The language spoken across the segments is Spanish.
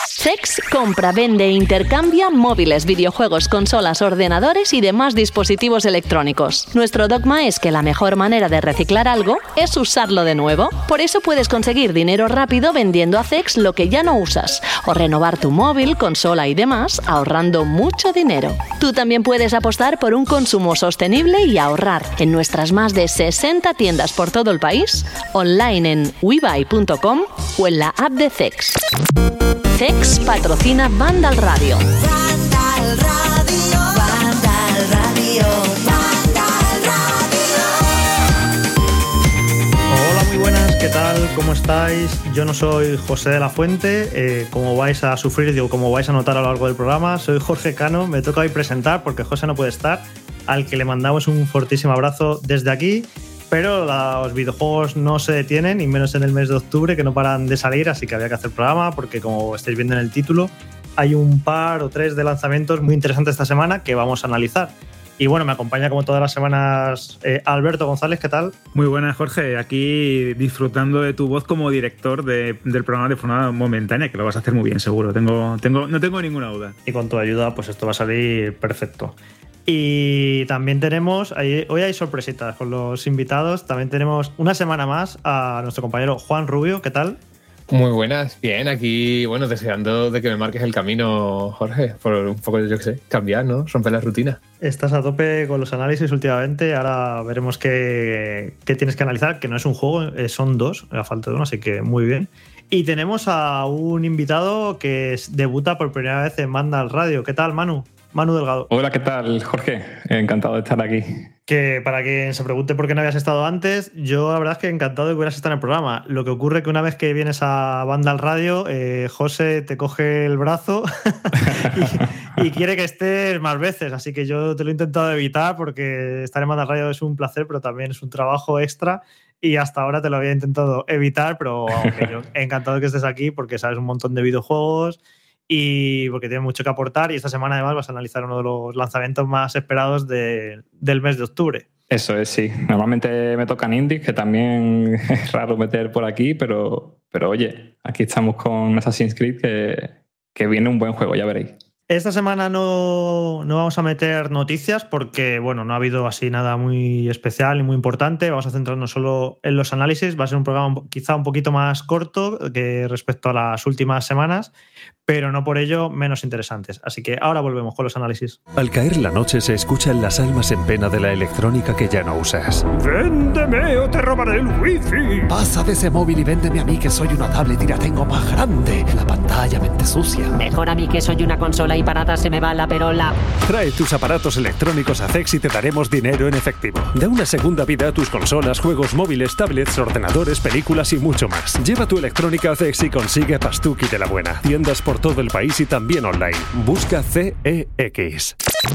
CEX compra, vende e intercambia móviles, videojuegos, consolas, ordenadores y demás dispositivos electrónicos. Nuestro dogma es que la mejor manera de reciclar algo es usarlo de nuevo. Por eso puedes conseguir dinero rápido vendiendo a CEX lo que ya no usas, o renovar tu móvil, consola y demás, ahorrando mucho dinero. Tú también puedes apostar por un consumo sostenible y ahorrar en nuestras más de 60 tiendas por todo el país, online en webuy.com o en la app de CEX. CEX patrocina Vandal Radio. Vandal Radio. Vandal Radio. Vandal Radio. Hola, muy buenas, ¿qué tal? ¿Cómo estáis? Yo no soy José de la Fuente, como vais a sufrir, como vais a notar a lo largo del programa, soy Jorge Cano, me toca hoy presentar porque José no puede estar, al que le mandamos un fortísimo abrazo desde aquí. Pero los videojuegos no se detienen, y menos en el mes de octubre, que no paran de salir, así que había que hacer programa porque, como estáis viendo en el título, hay un par o tres de lanzamientos muy interesantes esta semana que vamos a analizar. Y bueno, me acompaña como todas las semanas Alberto González, ¿qué tal? Muy buenas, Jorge, aquí disfrutando de tu voz como director del programa de forma momentánea, que lo vas a hacer muy bien, seguro, no tengo ninguna duda. Y con tu ayuda, pues esto va a salir perfecto. Y también tenemos, hoy hay sorpresitas con los invitados, también tenemos una semana más a nuestro compañero Juan Rubio, ¿qué tal? Muy buenas, bien, aquí, bueno, deseando de que me marques el camino, Jorge, por un poco, yo qué sé, cambiar, ¿no? Romper la rutina. Estás a tope con los análisis últimamente, ahora veremos qué tienes que analizar, que no es un juego, son dos, a falta de uno, así que muy bien. Y tenemos a un invitado que debuta por primera vez en Vandal Radio, ¿qué tal, Manu? Manu Delgado. Hola, ¿qué tal, Jorge? Encantado de estar aquí. Que para quien se pregunte por qué no habías estado any yo la verdad es que encantado de que hubieras estado en el programa. Lo que ocurre es que una vez que vienes a Vandal Radio, José te coge el brazo y quiere que estés más veces, así que yo te lo he intentado evitar porque estar en Vandal Radio es un placer, pero también es un trabajo extra. Y hasta ahora te lo había intentado evitar, pero okay, yo encantado de que estés aquí porque sabes un montón de videojuegos y porque tienes mucho que aportar, y esta semana además vas a analizar uno de los lanzamientos más esperados del mes de octubre. Eso es, sí. Normalmente me tocan indies, que también es raro meter por aquí, pero oye, aquí estamos con Assassin's Creed, que viene un buen juego, ya veréis. Esta semana no vamos a meter noticias porque, bueno, no ha habido así nada muy especial y muy importante. Vamos a centrarnos solo en los análisis. Va a ser un programa quizá un poquito más corto que respecto a las últimas semanas, pero no por ello menos interesantes. Así que ahora volvemos con los análisis. Al caer la noche se escuchan las almas en pena de la electrónica que ya no usas. ¡Véndeme o te robaré el wifi! Pasa de ese móvil y véndeme a mí, que soy una tablet y la tengo más grande. La pantalla mente sucia. Mejor a mí, que soy una consola y para nada se me va la perola. Trae tus aparatos electrónicos a CEX y te daremos dinero en efectivo. Da una segunda vida a tus consolas, juegos móviles, tablets, ordenadores, películas y mucho más. Lleva tu electrónica a CEX y consigue Pastuki de la buena. Tiendas por todo el país y también online. Busca CEX.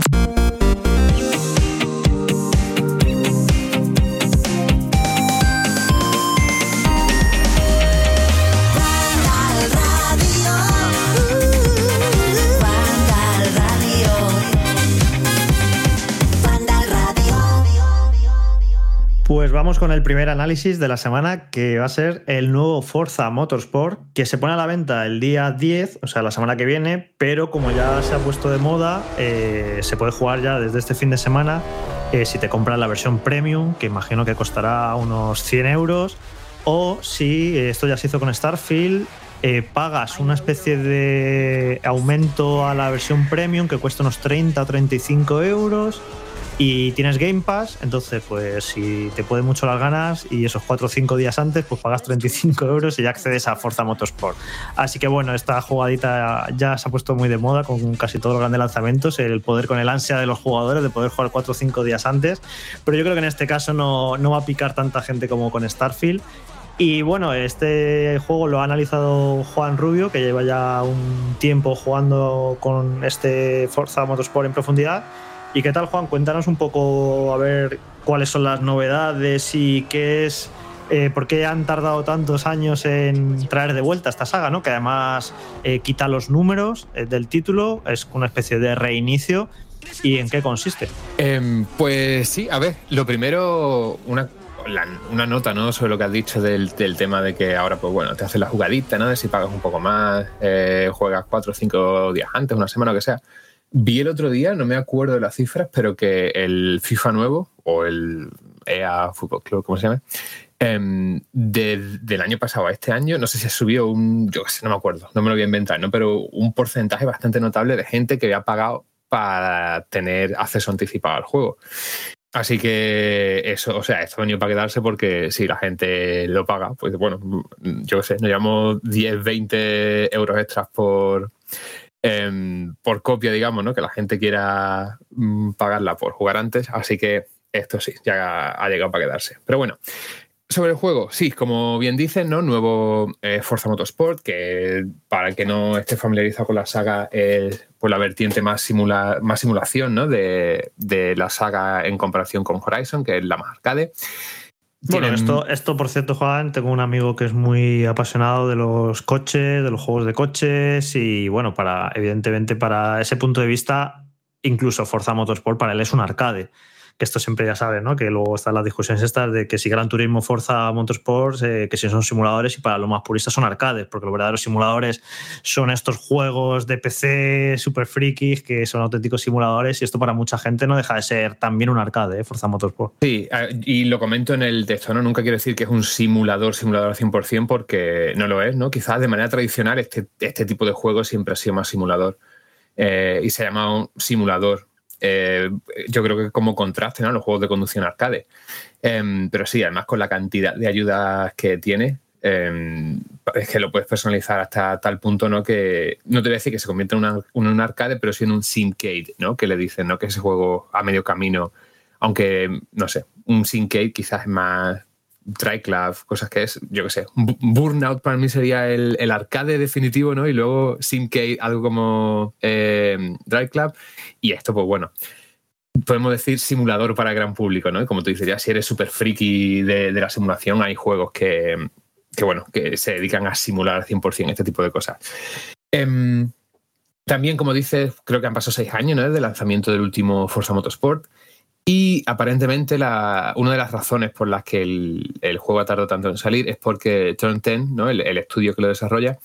Pues vamos con el primer análisis de la semana, que va a ser el nuevo Forza Motorsport, que se pone a la venta el día 10, o sea, la semana que viene, pero como ya se ha puesto de moda, se puede jugar ya desde este fin de semana si te compras la versión Premium, que imagino que costará unos 100 euros, o si esto ya se hizo con Starfield, pagas una especie de aumento a la versión Premium que cuesta unos 30 o 35 euros. Y tienes Game Pass, entonces pues si te pueden mucho las ganas y esos 4 o 5 días antes, pues pagas 35 euros y ya accedes a Forza Motorsport. Así que bueno, esta jugadita ya se ha puesto muy de moda con casi todos los grandes lanzamientos, el poder con el ansia de los jugadores de poder jugar 4 o 5 días antes, pero yo creo que en este caso no va a picar tanta gente como con Starfield. Y bueno, este juego lo ha analizado Juan Rubio, que lleva ya un tiempo jugando con este Forza Motorsport en profundidad. ¿Y qué tal, Juan? Cuéntanos un poco, a ver, cuáles son las novedades y qué es, por qué han tardado tantos años en traer de vuelta esta saga, ¿no? Que además quita los números del título, es una especie de reinicio. ¿Y en qué consiste? Pues sí, a ver, lo primero, una nota, ¿no? Sobre lo que has dicho del tema de que ahora, pues bueno, te haces la jugadita, ¿no? De si pagas un poco más, juegas 4 o 5 días antes, una semana o que sea. Vi el otro día, no me acuerdo de las cifras, pero que el FIFA nuevo, o el EA Football Club, ¿cómo se llama? Del año pasado a este año, no sé si ha subido yo qué sé, no me acuerdo, no me lo voy a inventar, ¿no? Pero un porcentaje bastante notable de gente que había pagado para tener acceso anticipado al juego. Así que eso, o sea, esto ha venido para quedarse porque si la gente lo paga, pues bueno, yo qué sé, nos llevamos 10, 20 euros extras por copia, digamos, ¿no? Que la gente quiera pagarla por jugar antes, así que esto sí, ya ha llegado para quedarse. Pero bueno, sobre el juego, sí, como bien dicen, ¿no? Nuevo Forza Motorsport, que para el que no esté familiarizado con la saga es pues la vertiente más simulación, ¿no? de la saga en comparación con Horizon, que es la más arcade. Bueno, esto por cierto, Juan, tengo un amigo que es muy apasionado de los coches, de los juegos de coches y bueno, evidentemente para ese punto de vista, incluso Forza Motorsport para él es un arcade. Que esto siempre ya sabes, ¿no? Que luego están las discusiones estas de que si Gran Turismo, Forza Motorsport, que si son simuladores y para los más puristas son arcades, porque los verdaderos simuladores son estos juegos de PC super frikis que son auténticos simuladores y esto para mucha gente no deja de ser también un arcade, Forza Motorsport. Sí, y lo comento en el texto, ¿no? Nunca quiero decir que es un simulador al 100% porque no lo es, ¿no? Quizás de manera tradicional este tipo de juegos siempre ha sido más simulador y se ha llamado simulador. Yo creo que como contraste, ¿no? Los juegos de conducción arcade. Pero sí, además con la cantidad de ayudas que tiene, es que lo puedes personalizar hasta tal punto, ¿no? Que no te voy a decir que se convierte en un arcade, pero sí en un simcade, ¿no? Que le dicen, ¿no? Que ese juego a medio camino, aunque, no sé, un simcade quizás es más Drive Club, cosas que es, yo qué sé, Burnout para mí sería el arcade definitivo, ¿no? Y luego simcade, algo como Drive Club, y esto, pues bueno, podemos decir simulador para el gran público, ¿no? Y como tú dices, ya si eres súper friki de la simulación, hay juegos que bueno, que se dedican a simular al 100% este tipo de cosas. También, como dices, creo que han pasado 6 años, ¿no? Desde el lanzamiento del último Forza Motorsport. Y aparentemente una de las razones por las que el juego ha tardado tanto en salir es porque Turn 10, ¿no? el estudio que lo desarrolla,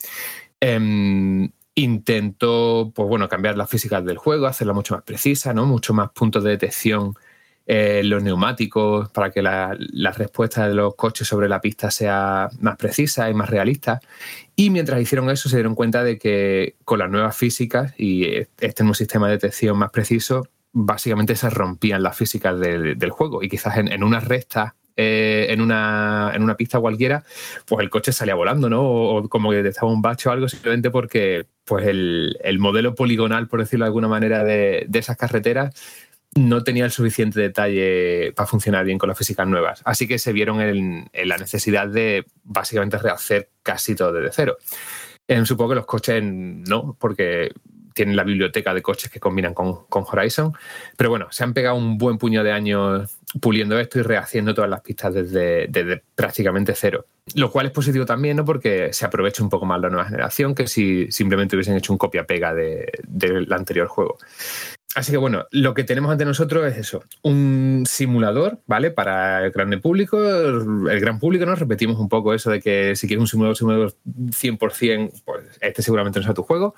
intentó pues bueno, cambiar las físicas del juego, hacerla mucho más precisa, ¿no? Mucho más puntos de detección en los neumáticos para que la respuesta de los coches sobre la pista sea más precisa y más realista. Y mientras hicieron eso se dieron cuenta de que con las nuevas físicas y este nuevo sistema de detección más preciso, básicamente se rompían las físicas del juego y quizás en una recta, en una pista cualquiera, pues el coche salía volando, ¿no? O como que detectaba un bache o algo simplemente porque pues el modelo poligonal, por decirlo de alguna manera, de esas carreteras no tenía el suficiente detalle para funcionar bien con las físicas nuevas. Así que se vieron en la necesidad de básicamente rehacer casi todo desde cero. Supongo que los coches no, porque tienen la biblioteca de coches que combinan con Horizon, pero bueno, se han pegado un buen puño de años puliendo esto y rehaciendo todas las pistas desde prácticamente cero, lo cual es positivo también, ¿no? Porque se aprovecha un poco más la nueva generación que si simplemente hubiesen hecho un copia-pega del anterior juego. Así que bueno, lo que tenemos ante nosotros es eso, un simulador, ¿vale? Para el gran público, ¿no? Repetimos un poco eso de que si quieres un simulador 100%, pues este seguramente no sea tu juego.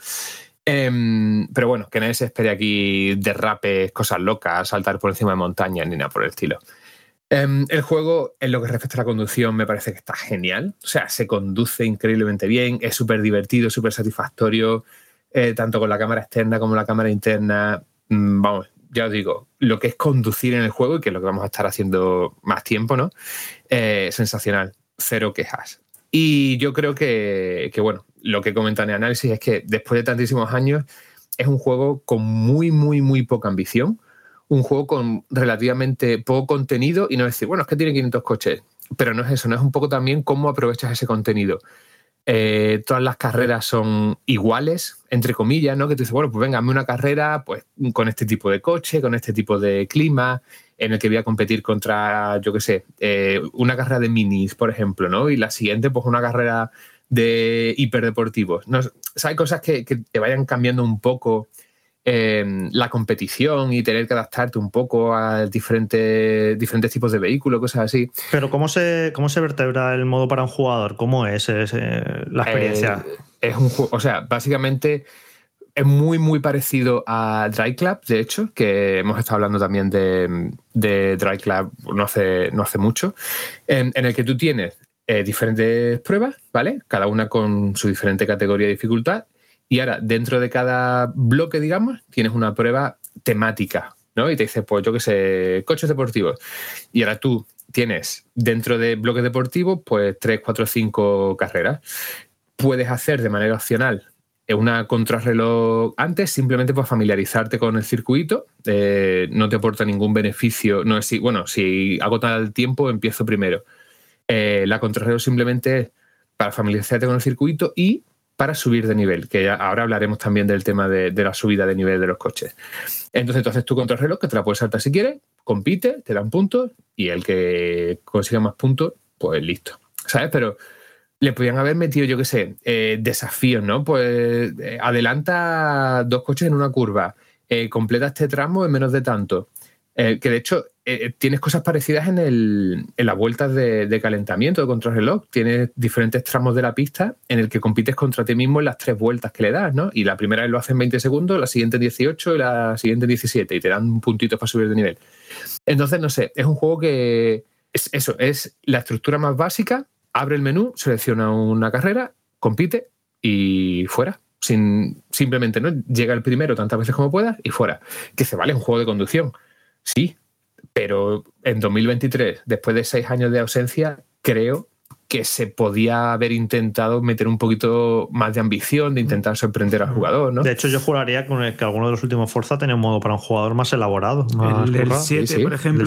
Pero bueno, que nadie se espere aquí derrapes, cosas locas, saltar por encima de montañas ni nada por el estilo. El juego, en lo que respecta a la conducción, me parece que está genial. O sea, se conduce increíblemente bien, es súper divertido, súper satisfactorio, tanto con la cámara externa como la cámara interna. Vamos, ya os digo, lo que es conducir en el juego, y que es lo que vamos a estar haciendo más tiempo, ¿no? Sensacional, cero quejas. Y yo creo que bueno, lo que comentan en el análisis es que después de tantísimos años es un juego con muy, muy, muy poca ambición, un juego con relativamente poco contenido y no decir, bueno, es que tiene 500 coches, pero no es eso, no es un poco también cómo aprovechas ese contenido. Todas las carreras son iguales, entre comillas, ¿no? Que tú dices, bueno, pues venga, hazme una carrera pues, con este tipo de coche, con este tipo de clima, en el que voy a competir contra, yo qué sé, una carrera de minis, por ejemplo, ¿no? Y la siguiente, pues una carrera de hiperdeportivos. ¿No? O sea, hay cosas que te vayan cambiando un poco la competición y tener que adaptarte un poco a diferentes tipos de vehículos, cosas así. Pero ¿cómo se vertebra el modo para un jugador? ¿Cómo es la experiencia? Es un juego, o sea, básicamente es muy, muy parecido a Drive Club, de hecho, que hemos estado hablando también de Drive Club no hace mucho, en el que tú tienes diferentes pruebas, ¿vale? Cada una con su diferente categoría de dificultad. Y ahora, dentro de cada bloque, digamos, tienes una prueba temática, ¿no? Y te dice, pues yo qué sé, coches deportivos. Y ahora tú tienes dentro de bloques deportivos, pues 3, 4, 5 carreras. Puedes hacer de manera opcional una contrarreloj antes, simplemente por familiarizarte con el circuito. No te aporta ningún beneficio. No es si hago tal tiempo, empiezo primero. La contrarreloj simplemente es para familiarizarte con el circuito y para subir de nivel, que ahora hablaremos también del tema de la subida de nivel de los coches. Entonces tú haces tu contrarreloj, que te la puedes saltar si quieres, compite, te dan puntos y el que consiga más puntos, pues listo. ¿Sabes? Pero le podían haber metido, yo qué sé, desafíos, ¿no? Pues adelanta 2 coches en una curva, completa este tramo en menos de tanto. Que de hecho tienes cosas parecidas en las vueltas de calentamiento de contrarreloj. Tienes diferentes tramos de la pista en el que compites contra ti mismo en las 3 vueltas que le das, ¿no? Y la primera vez lo haces en 20 segundos, la siguiente en 18 y la siguiente en 17 y te dan puntitos para subir de nivel. Entonces, no sé, es un juego que es la estructura más básica. Abre el menú, selecciona una carrera, compite y fuera. Simplemente, ¿no? Llega el primero tantas veces como puedas y fuera. Que se vale, es un juego de conducción. Sí, pero en 2023, después de 6 años de ausencia, creo que se podía haber intentado meter un poquito más de ambición, de intentar sorprender al jugador, ¿no? De hecho, yo juraría que alguno de los últimos Forza tenía un modo para un jugador más elaborado. Más el del 7, por ejemplo,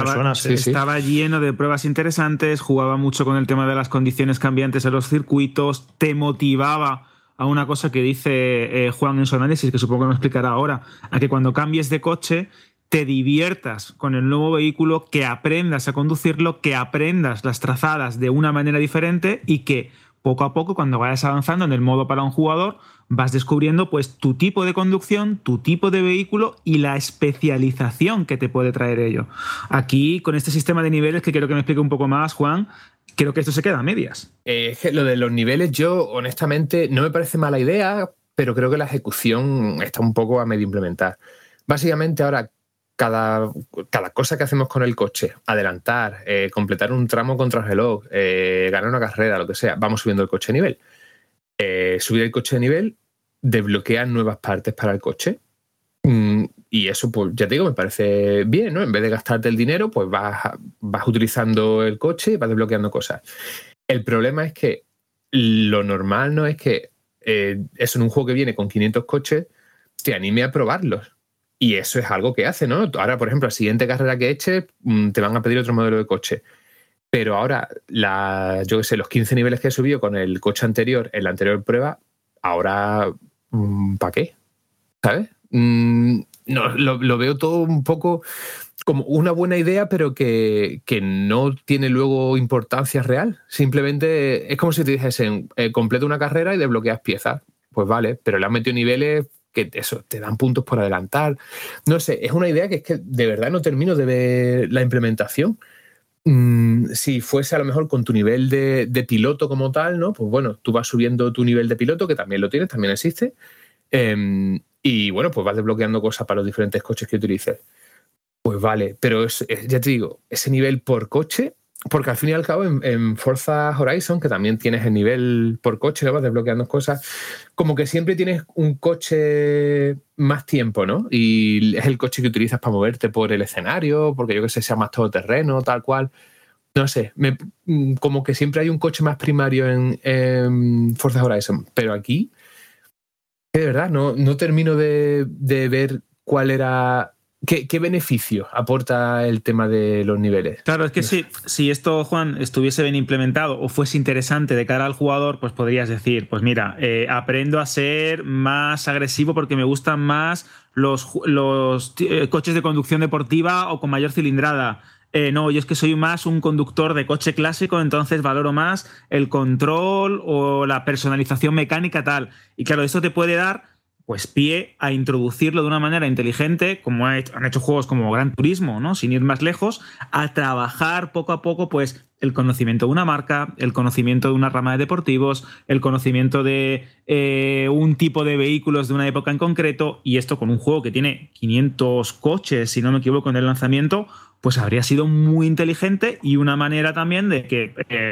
estaba lleno de pruebas interesantes, jugaba mucho con el tema de las condiciones cambiantes en los circuitos, te motivaba a una cosa que dice Juan en su análisis, que supongo que me explicará ahora, a que cuando cambies de coche te diviertas con el nuevo vehículo, que aprendas a conducirlo, que aprendas las trazadas de una manera diferente y que poco a poco, cuando vayas avanzando en el modo para un jugador, vas descubriendo pues tu tipo de conducción, tu tipo de vehículo y la especialización que te puede traer ello. Aquí, con este sistema de niveles, que quiero que me explique un poco más, Juan, creo que esto se queda a medias. Es que lo de los niveles, yo honestamente no me parece mala idea, pero creo que la ejecución está un poco a medio implementar. Básicamente ahora cada cosa que hacemos con el coche, adelantar, completar un tramo contrarreloj, ganar una carrera, lo que sea, vamos subiendo el coche de nivel. Subir el coche de nivel desbloquea nuevas partes para el coche. Y eso, pues ya te digo, me parece bien, ¿no? En vez de gastarte el dinero, pues vas utilizando el coche y vas desbloqueando cosas. El problema es que lo normal no es que eso en un juego que viene con 500 coches te anime a probarlos. Y eso es algo que hace, ¿no? Ahora, por ejemplo, la siguiente carrera que eches, te van a pedir otro modelo de coche. Pero ahora, yo qué sé, los 15 niveles que he subido con el coche anterior, en la anterior prueba, ahora, ¿para qué? ¿Sabes? No, lo veo todo un poco como una buena idea, pero que no tiene luego importancia real. Simplemente es como si te dijesen, completa una carrera y desbloqueas piezas. Pues vale, pero le han metido niveles que eso, te dan puntos por adelantar. No sé, es una idea que es que de verdad no termino de ver la implementación. Si fuese a lo mejor con tu nivel de piloto como tal, ¿no? Pues bueno, tú vas subiendo tu nivel de piloto, que también lo tienes, también existe. Y bueno, pues vas desbloqueando cosas para los diferentes coches que utilices. Pues vale, pero ya te digo, ese nivel por coche, porque al fin y al cabo en Forza Horizon, que también tienes el nivel por coche, ¿no? Vas desbloqueando cosas, como que siempre tienes un coche más tiempo, ¿no? Y es el coche que utilizas para moverte por el escenario, porque yo que sé, sea más todoterreno, tal cual. No sé, como que siempre hay un coche más primario en Forza Horizon, pero aquí, de verdad, no termino de ver cuál era... ¿Qué beneficio aporta el tema de los niveles? Claro, es que si esto, Juan, estuviese bien implementado o fuese interesante de cara al jugador, pues podrías decir, pues mira, aprendo a ser más agresivo porque me gustan más los coches de conducción deportiva o con mayor cilindrada. No, yo es que soy más un conductor de coche clásico, entonces valoro más el control o la personalización mecánica tal. Y claro, esto te puede dar pues pie a introducirlo de una manera inteligente, como han hecho juegos como Gran Turismo, ¿no? Sin ir más lejos, a trabajar poco a poco pues el conocimiento de una marca, el conocimiento de una rama de deportivos, el conocimiento de un tipo de vehículos de una época en concreto, y esto con un juego que tiene 500 coches, si no me equivoco, en el lanzamiento, pues habría sido muy inteligente y una manera también de que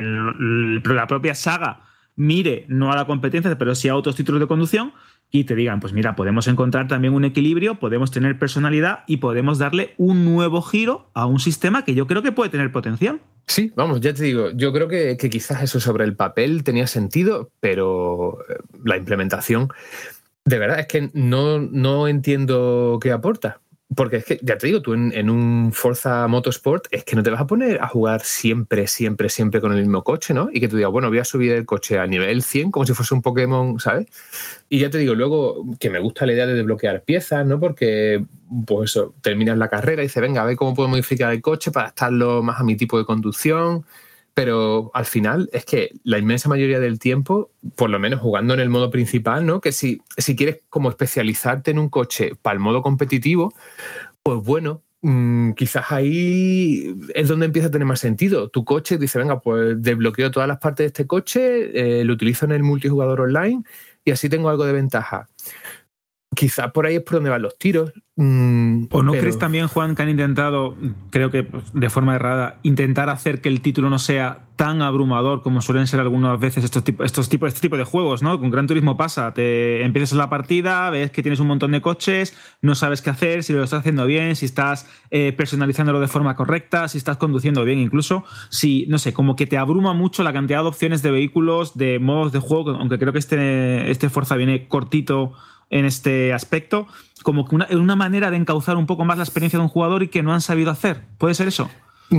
la propia saga mire no a la competencia, pero sí a otros títulos de conducción, y te digan, pues mira, podemos encontrar también un equilibrio, podemos tener personalidad y podemos darle un nuevo giro a un sistema que yo creo que puede tener potencial. Sí, vamos, ya te digo, yo creo que quizás eso sobre el papel tenía sentido, pero la implementación, de verdad, es que no entiendo qué aporta. Porque es que, ya te digo, tú en un Forza Motorsport es que no te vas a poner a jugar siempre con el mismo coche, ¿no? Y que tú digas, bueno, voy a subir el coche a nivel 100 como si fuese un Pokémon, ¿sabes? Y ya te digo, luego que me gusta la idea de desbloquear piezas, ¿no? Porque, pues eso, terminas la carrera y dices, venga, a ver cómo puedo modificar el coche para adaptarlo más a mi tipo de conducción. Pero al final es que la inmensa mayoría del tiempo, por lo menos jugando en el modo principal, ¿no? Que si quieres como especializarte en un coche para el modo competitivo, pues bueno, quizás ahí es donde empieza a tener más sentido. Tu coche dice, venga, pues desbloqueo todas las partes de este coche, lo utilizo en el multijugador online y así tengo algo de ventaja. Quizás por ahí es por donde van los tiros. ¿O no crees también, Juan, que han intentado, creo que de forma errada, intentar hacer que el título no sea tan abrumador como suelen ser algunas veces este tipo de juegos, ¿no? Con Gran Turismo pasa, te empiezas la partida, ves que tienes un montón de coches, no sabes qué hacer, si lo estás haciendo bien, si estás personalizándolo de forma correcta, si estás conduciendo bien incluso, si, no sé, como que te abruma mucho la cantidad de opciones de vehículos, de modos de juego, aunque creo que este Forza viene cortito en este aspecto, como que una manera de encauzar un poco más la experiencia de un jugador y que no han sabido hacer. ¿Puede ser eso?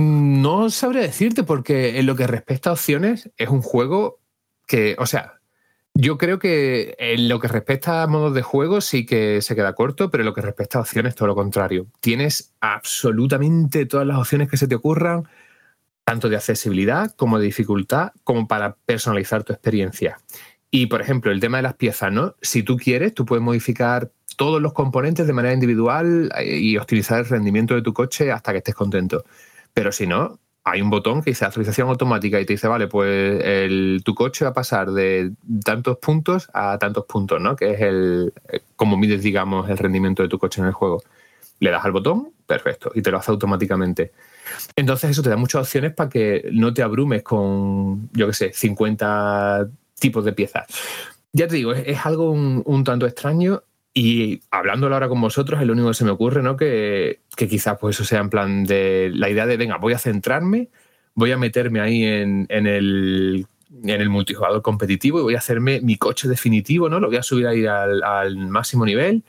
No sabría decirte, porque en lo que respecta a opciones es un juego que, o sea, yo creo que en lo que respecta a modos de juego sí que se queda corto, pero en lo que respecta a opciones todo lo contrario. Tienes absolutamente todas las opciones que se te ocurran, tanto de accesibilidad como de dificultad, como para personalizar tu experiencia. Y, por ejemplo, el tema de las piezas, ¿no? Si tú quieres, tú puedes modificar todos los componentes de manera individual y optimizar el rendimiento de tu coche hasta que estés contento. Pero si no, hay un botón que dice actualización automática y te dice, vale, pues tu coche va a pasar de tantos puntos a tantos puntos, ¿no? Que es como mides, digamos, el rendimiento de tu coche en el juego. Le das al botón, perfecto, y te lo hace automáticamente. Entonces eso te da muchas opciones para que no te abrumes con, yo qué sé, 50 tipos de piezas. Ya te digo, es algo un tanto extraño, y hablándolo ahora con vosotros es lo único que se me ocurre, ¿no? Que quizás pues eso sea en plan de la idea de, venga, voy a centrarme, voy a meterme ahí en el multijugador competitivo y voy a hacerme mi coche definitivo, ¿no? Lo voy a subir ahí al máximo nivel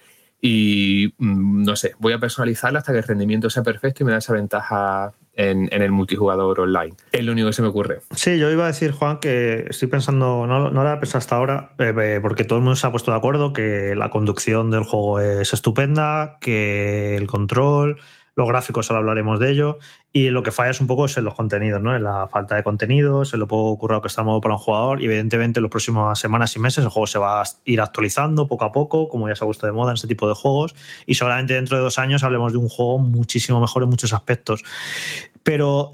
y, no sé, voy a personalizarlo hasta que el rendimiento sea perfecto y me da esa ventaja en el multijugador online. Es lo único que se me ocurre. Sí, yo iba a decir, Juan, que estoy pensando, no lo había pensado hasta ahora, porque todo el mundo se ha puesto de acuerdo que la conducción del juego es estupenda, que el control, los gráficos, ahora hablaremos de ello, y lo que falla es un poco en los contenidos, ¿no? En la falta de contenidos, en lo poco currado que está el modo para un jugador, y evidentemente en las próximas semanas y meses el juego se va a ir actualizando poco a poco, como ya se ha puesto de moda en este tipo de juegos, y seguramente dentro de 2 años hablemos de un juego muchísimo mejor en muchos aspectos. Pero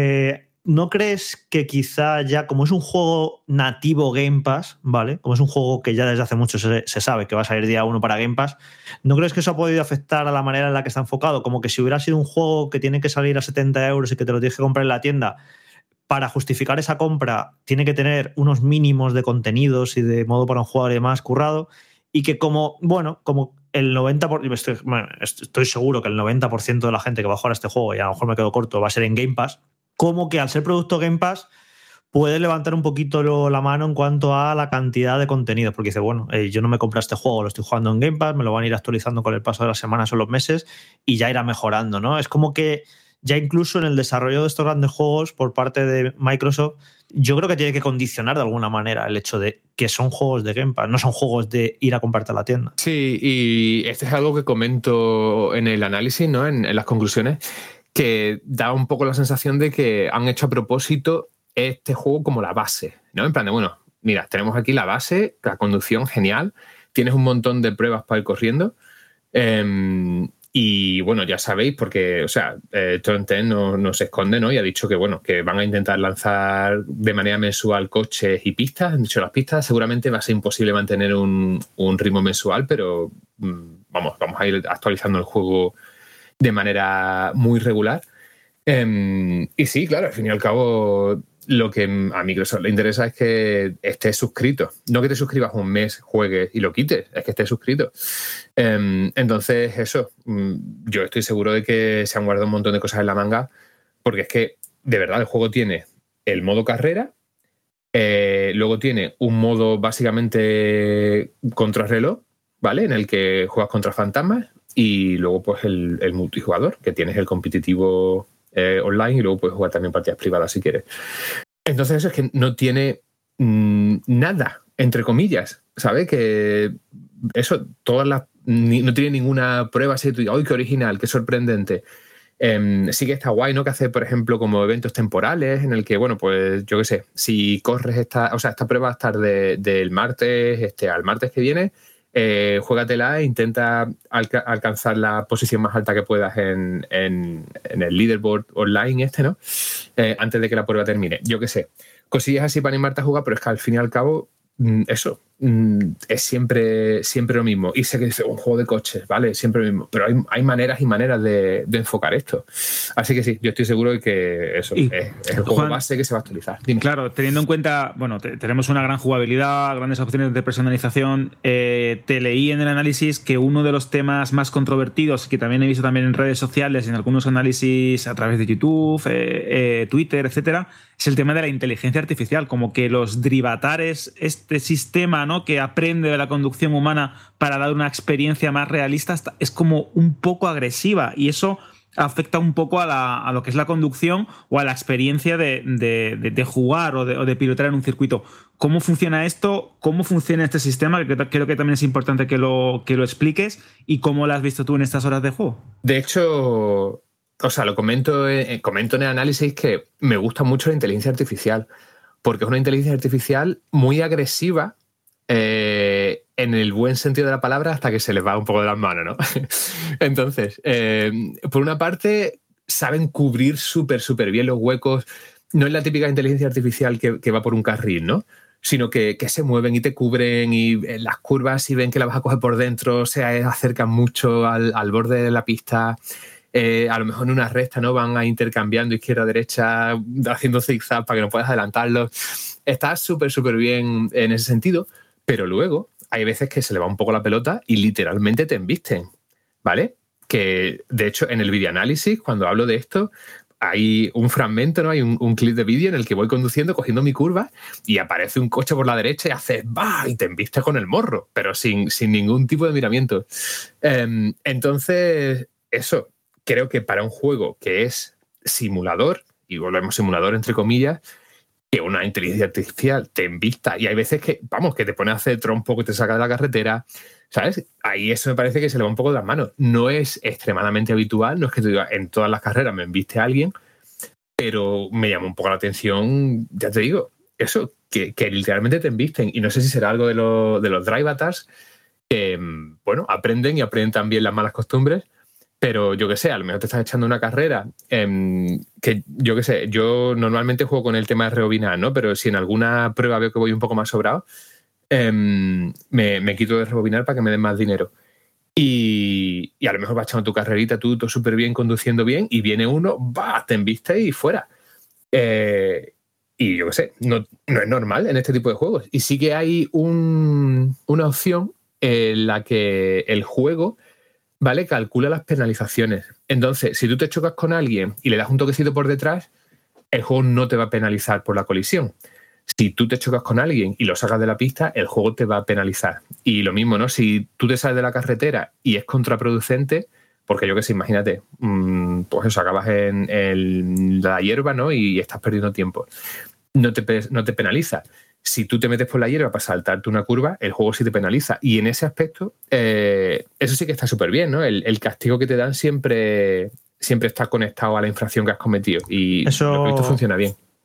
¿no crees que quizá ya, como es un juego nativo Game Pass, ¿vale? Como es un juego que ya desde hace mucho se sabe que va a salir día 1 para Game Pass, ¿no crees que eso ha podido afectar a la manera en la que está enfocado? Como que si hubiera sido un juego que tiene que salir a 70 euros y que te lo tienes que comprar en la tienda, para justificar esa compra tiene que tener unos mínimos de contenidos y de modo para un jugador y demás currado, y que como el 90%, estoy seguro que el 90% de la gente que va a jugar a este juego, y a lo mejor me quedo corto, va a ser en Game Pass, como que al ser producto Game Pass puede levantar un poquito la mano en cuanto a la cantidad de contenido, porque dice, bueno, yo no me compré este juego, lo estoy jugando en Game Pass, me lo van a ir actualizando con el paso de las semanas o los meses y ya irá mejorando, ¿no? Es como que ya incluso en el desarrollo de estos grandes juegos por parte de Microsoft, yo creo que tiene que condicionar de alguna manera el hecho de que son juegos de Game Pass, no son juegos de ir a comprarte a la tienda. Sí, y este es algo que comento en el análisis, ¿no? En las conclusiones, que da un poco la sensación de que han hecho a propósito este juego como la base, ¿no? En plan de, bueno, mira, tenemos aquí la base, la conducción genial, tienes un montón de pruebas para ir corriendo. Y bueno, ya sabéis, porque, o sea, Turn 10 no se esconde, ¿no? Y ha dicho que, bueno, que van a intentar lanzar de manera mensual coches y pistas. Han dicho, las pistas seguramente va a ser imposible mantener un ritmo mensual, pero vamos a ir actualizando el juego de manera muy regular. Y sí, claro, al fin y al cabo, lo que a Microsoft le interesa es que estés suscrito. No que te suscribas un mes, juegues y lo quites, es que estés suscrito. Entonces, eso, yo estoy seguro de que se han guardado un montón de cosas en la manga, porque es que, de verdad, el juego tiene el modo carrera, luego tiene un modo básicamente contrarreloj, ¿vale? En el que juegas contra fantasmas, y luego pues el multijugador, que tienes el competitivo online, y luego puedes jugar también partidas privadas si quieres. Entonces eso es que no tiene nada, entre comillas, ¿sabes? Que eso, no tiene ninguna prueba así, tú digas, ¡ay, qué original, qué sorprendente! Sí que está guay, ¿no? Que hace, por ejemplo, como eventos temporales en el que, bueno, pues yo qué sé, si corres esta prueba va a estar del martes al martes que viene, juégatela e intenta alcanzar la posición más alta que puedas en el leaderboard online ¿no? Antes de que la prueba termine. Yo qué sé, cosillas así para animarte a jugar, pero es que al fin y al cabo eso es siempre lo mismo. Y sé que dice un juego de coches, ¿vale? Siempre lo mismo. Pero hay maneras y maneras de enfocar esto. Así que sí, yo estoy seguro de que eso es el juego Juan, base que se va a actualizar. Dime. Claro, teniendo en cuenta, bueno, tenemos una gran jugabilidad, grandes opciones de personalización. Te leí en el análisis que uno de los temas más controvertidos, que también he visto también en redes sociales, en algunos análisis a través de YouTube, Twitter, etcétera, es el tema de la inteligencia artificial, como que los drivatares, este sistema, ¿no?, que aprende de la conducción humana para dar una experiencia más realista, es como un poco agresiva, y eso afecta un poco a lo que es la conducción o a la experiencia de jugar o de pilotar en un circuito. ¿Cómo funciona esto? ¿Cómo funciona este sistema? Que creo que también es importante que lo expliques, y cómo lo has visto tú en estas horas de juego. De hecho, o sea, lo comento en el análisis que me gusta mucho la inteligencia artificial, porque es una inteligencia artificial muy agresiva, en el buen sentido de la palabra, hasta que se les va un poco de las manos, ¿no? Entonces, por una parte, saben cubrir súper bien los huecos. No es la típica inteligencia artificial que va por un carril, ¿no? Sino que se mueven y te cubren, y en las curvas, si ven que la vas a coger por dentro, se acercan mucho al borde de la pista. A lo mejor en una recta, ¿no?, van a intercambiando izquierda-derecha, haciendo zigzag para que no puedas adelantarlos. Está súper bien en ese sentido, pero luego hay veces que se le va un poco la pelota y literalmente te embisten, ¿vale? Que, de hecho, en el videoanálisis, cuando hablo de esto, hay un fragmento, ¿no? Hay un clip de vídeo en el que voy conduciendo, cogiendo mi curva, y aparece un coche por la derecha y hace ¡bah! Y te embiste con el morro, pero sin ningún tipo de miramiento. Entonces, eso, creo que para un juego que es simulador, y volvemos simulador entre comillas, que una inteligencia artificial te embista, y hay veces que, vamos, que te pone a hacer trompo, que te saca de la carretera, ¿sabes? Ahí eso me parece que se le va un poco de las manos. No es extremadamente habitual, no es que te diga, en todas las carreras me embiste a alguien, pero me llama un poco la atención, ya te digo, eso, que literalmente te embisten. Y no sé si será algo de los drive avatars, que, bueno, aprenden también las malas costumbres. Pero yo qué sé, a lo mejor te estás echando una carrera, que yo qué sé, yo normalmente juego con el tema de rebobinar, ¿no? Pero si en alguna prueba veo que voy un poco más sobrado, me quito de rebobinar para que me den más dinero. Y a lo mejor vas echando tu carrerita, tú súper bien, conduciendo bien, y viene uno, ¡bah!, te embiste y fuera. Y yo qué sé, no es normal en este tipo de juegos. Y sí que hay una opción en la que el juego, ¿vale?, calcula las penalizaciones. Entonces, si tú te chocas con alguien y le das un toquecito por detrás, el juego no te va a penalizar por la colisión. Si tú te chocas con alguien y lo sacas de la pista, el juego te va a penalizar. Y lo mismo, ¿no? Si tú te sales de la carretera y es contraproducente, porque yo qué sé, imagínate, pues eso, acabas en la hierba, ¿no?, y estás perdiendo tiempo. No te penaliza. Si tú te metes por la hierba para saltarte una curva, el juego sí te penaliza. Y en ese aspecto, eso sí que está súper bien, ¿no? El castigo que te dan siempre está conectado a la infracción que has cometido. Y eso, lo que he visto funciona bien.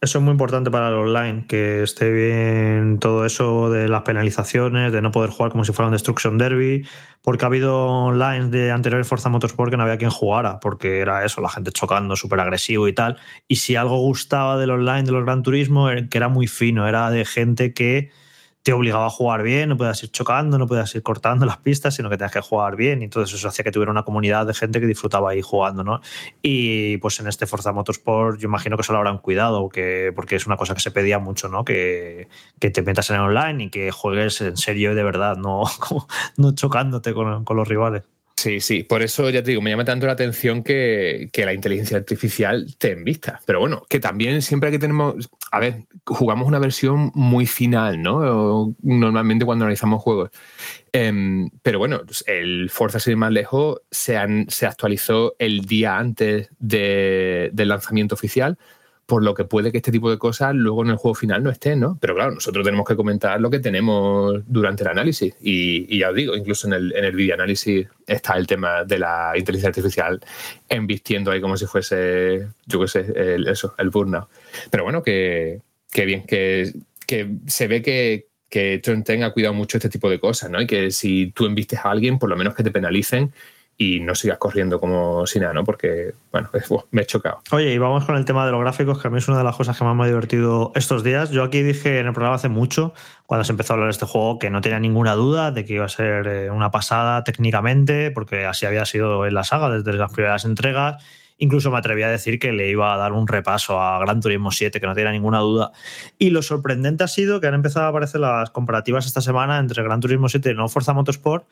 Eso es muy importante para el online, que esté bien todo eso de las penalizaciones, de no poder jugar como si fuera un Destruction Derby, porque ha habido online de anteriores Forza Motorsport que no había quien jugara, porque era eso, la gente chocando, súper agresivo y tal. Y si algo gustaba del online de los Gran Turismo, que era muy fino, era de gente que te obligaba a jugar bien, no podías ir chocando, no podías ir cortando las pistas, sino que tenías que jugar bien, y entonces eso hacía que tuviera una comunidad de gente que disfrutaba ahí jugando, ¿no? Y pues en este Forza Motorsport yo imagino que se lo habrán cuidado, porque es una cosa que se pedía mucho, ¿no? Que te metas en el online y que juegues en serio y de verdad, no chocándote con los rivales. Sí, por eso ya te digo, me llama tanto la atención que la inteligencia artificial te envista. Pero bueno, que también siempre que tenemos... A ver, jugamos una versión muy final, ¿no? Normalmente cuando analizamos juegos. Pero bueno, el Forza, sin ir más lejos, se actualizó el día antes del lanzamiento oficial, por lo que puede que este tipo de cosas luego en el juego final no estén, ¿no? Pero claro, nosotros tenemos que comentar lo que tenemos durante el análisis. Y ya os digo, incluso en el videoanálisis está el tema de la inteligencia artificial embistiendo ahí como si fuese, yo qué sé, el Burnout. Pero bueno, que bien, que se ve que Turn 10 ha cuidado mucho este tipo de cosas, ¿no? Y que si tú embistes a alguien, por lo menos que te penalicen y no sigas corriendo como si nada, ¿no? Porque, bueno, me he chocado. Oye, y vamos con el tema de los gráficos, que a mí es una de las cosas que más me ha divertido estos días. Yo aquí dije en el programa hace mucho, cuando se empezó a hablar de este juego, que no tenía ninguna duda de que iba a ser una pasada técnicamente, porque así había sido en la saga desde las primeras entregas. Incluso me atreví a decir que le iba a dar un repaso a Gran Turismo 7, que no tenía ninguna duda. Y lo sorprendente ha sido que han empezado a aparecer las comparativas esta semana entre Gran Turismo 7 y no Forza Motorsport.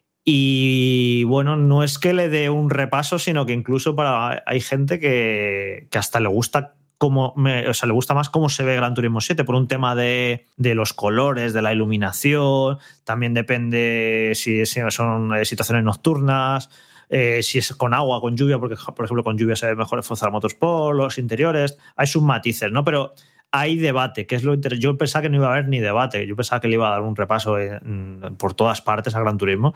Y bueno, no es que le dé un repaso, sino que incluso hay gente que hasta le gusta le gusta más cómo se ve Gran Turismo 7 por un tema de los colores, de la iluminación. También depende si son situaciones nocturnas, si es con agua, con lluvia, porque por ejemplo con lluvia se ve mejor el Forza Motorsport, los interiores. Hay sus matices, ¿no? Pero hay debate, que es lo interesante. Yo pensaba que no iba a haber ni debate, yo pensaba que le iba a dar un repaso por todas partes a Gran Turismo,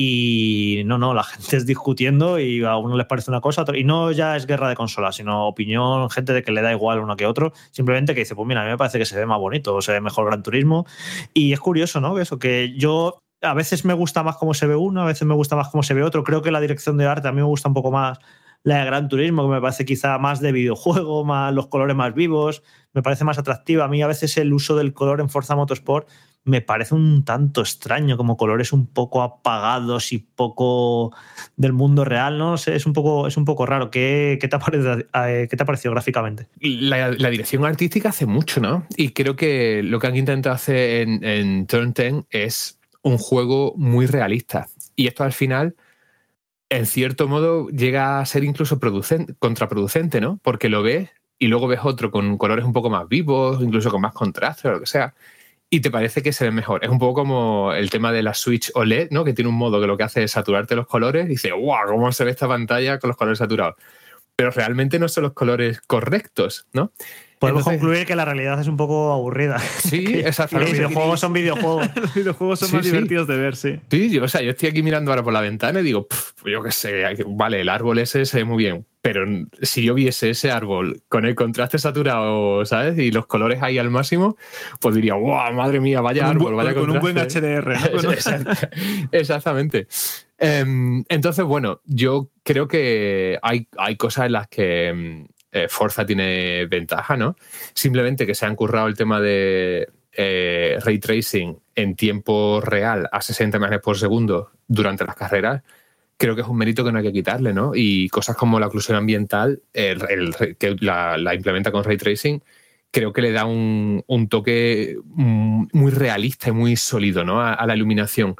y no, la gente es discutiendo y a uno les parece una cosa, a otro, y no ya es guerra de consolas, sino opinión, gente de que le da igual uno que otro, simplemente que dice, pues mira, a mí me parece que se ve más bonito, o se ve mejor Gran Turismo, y es curioso, ¿no? Eso, que yo a veces me gusta más cómo se ve uno, a veces me gusta más cómo se ve otro. Creo que la dirección de arte a mí me gusta un poco más la de Gran Turismo, que me parece quizá más de videojuego, más los colores más vivos, me parece más atractiva. A mí a veces el uso del color en Forza Motorsport me parece un tanto extraño, como colores un poco apagados y poco del mundo real, ¿no? No sé, es un poco raro. ¿Qué te ha parecido gráficamente? La dirección artística hace mucho, ¿no? Y creo que lo que han intentado hacer en Turn 10 es un juego muy realista. Y esto al final, en cierto modo, llega a ser incluso contraproducente, ¿no? Porque lo ves y luego ves otro con colores un poco más vivos, incluso con más contraste o lo que sea, y te parece que se ve mejor. Es un poco como el tema de la Switch OLED, ¿no? Que tiene un modo que lo que hace es saturarte los colores y dices, ¡guau! ¿Cómo se ve esta pantalla con los colores saturados? Pero realmente no son los colores correctos, ¿no? Podemos concluir que la realidad es un poco aburrida. Sí, exactamente. Los videojuegos son videojuegos. Los videojuegos son más divertidos de ver, sí. Sí, yo estoy aquí mirando ahora por la ventana y digo, pues yo qué sé, vale, el árbol ese se ve muy bien, pero si yo viese ese árbol con el contraste saturado, ¿sabes? Y los colores ahí al máximo, pues diría, ¡guau, madre mía, vaya árbol, vaya contraste! Con un buen HDR, ¿no? Exactamente. Entonces, bueno, yo creo que hay cosas en las que Forza tiene ventaja, ¿no? Simplemente que se han currado el tema de ray tracing en tiempo real a 60 imágenes por segundo durante las carreras. Creo que es un mérito que no hay que quitarle, ¿no? Y cosas como la oclusión ambiental, que la implementa con ray tracing, creo que le da un toque muy realista y muy sólido, ¿no? a la iluminación.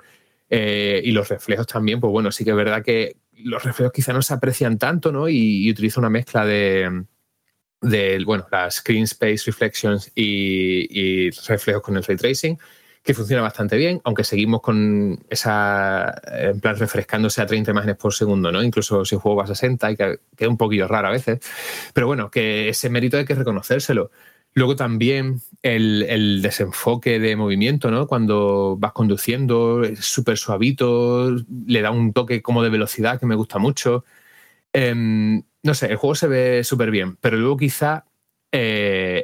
Y los reflejos también, pues bueno, sí que es verdad que los reflejos quizá no se aprecian tanto, ¿no? Y utiliza una mezcla de las Screen Space Reflections y reflejos con el Ray Tracing, que funciona bastante bien, aunque seguimos con esa, en plan, refrescándose a 30 imágenes por segundo, ¿no? Incluso si el juego va a 60, y que es un poquillo raro a veces. Pero bueno, que ese mérito hay que reconocérselo. Luego también el desenfoque de movimiento, ¿no? Cuando vas conduciendo, es súper suavito, le da un toque como de velocidad que me gusta mucho. No sé, el juego se ve súper bien, pero luego quizá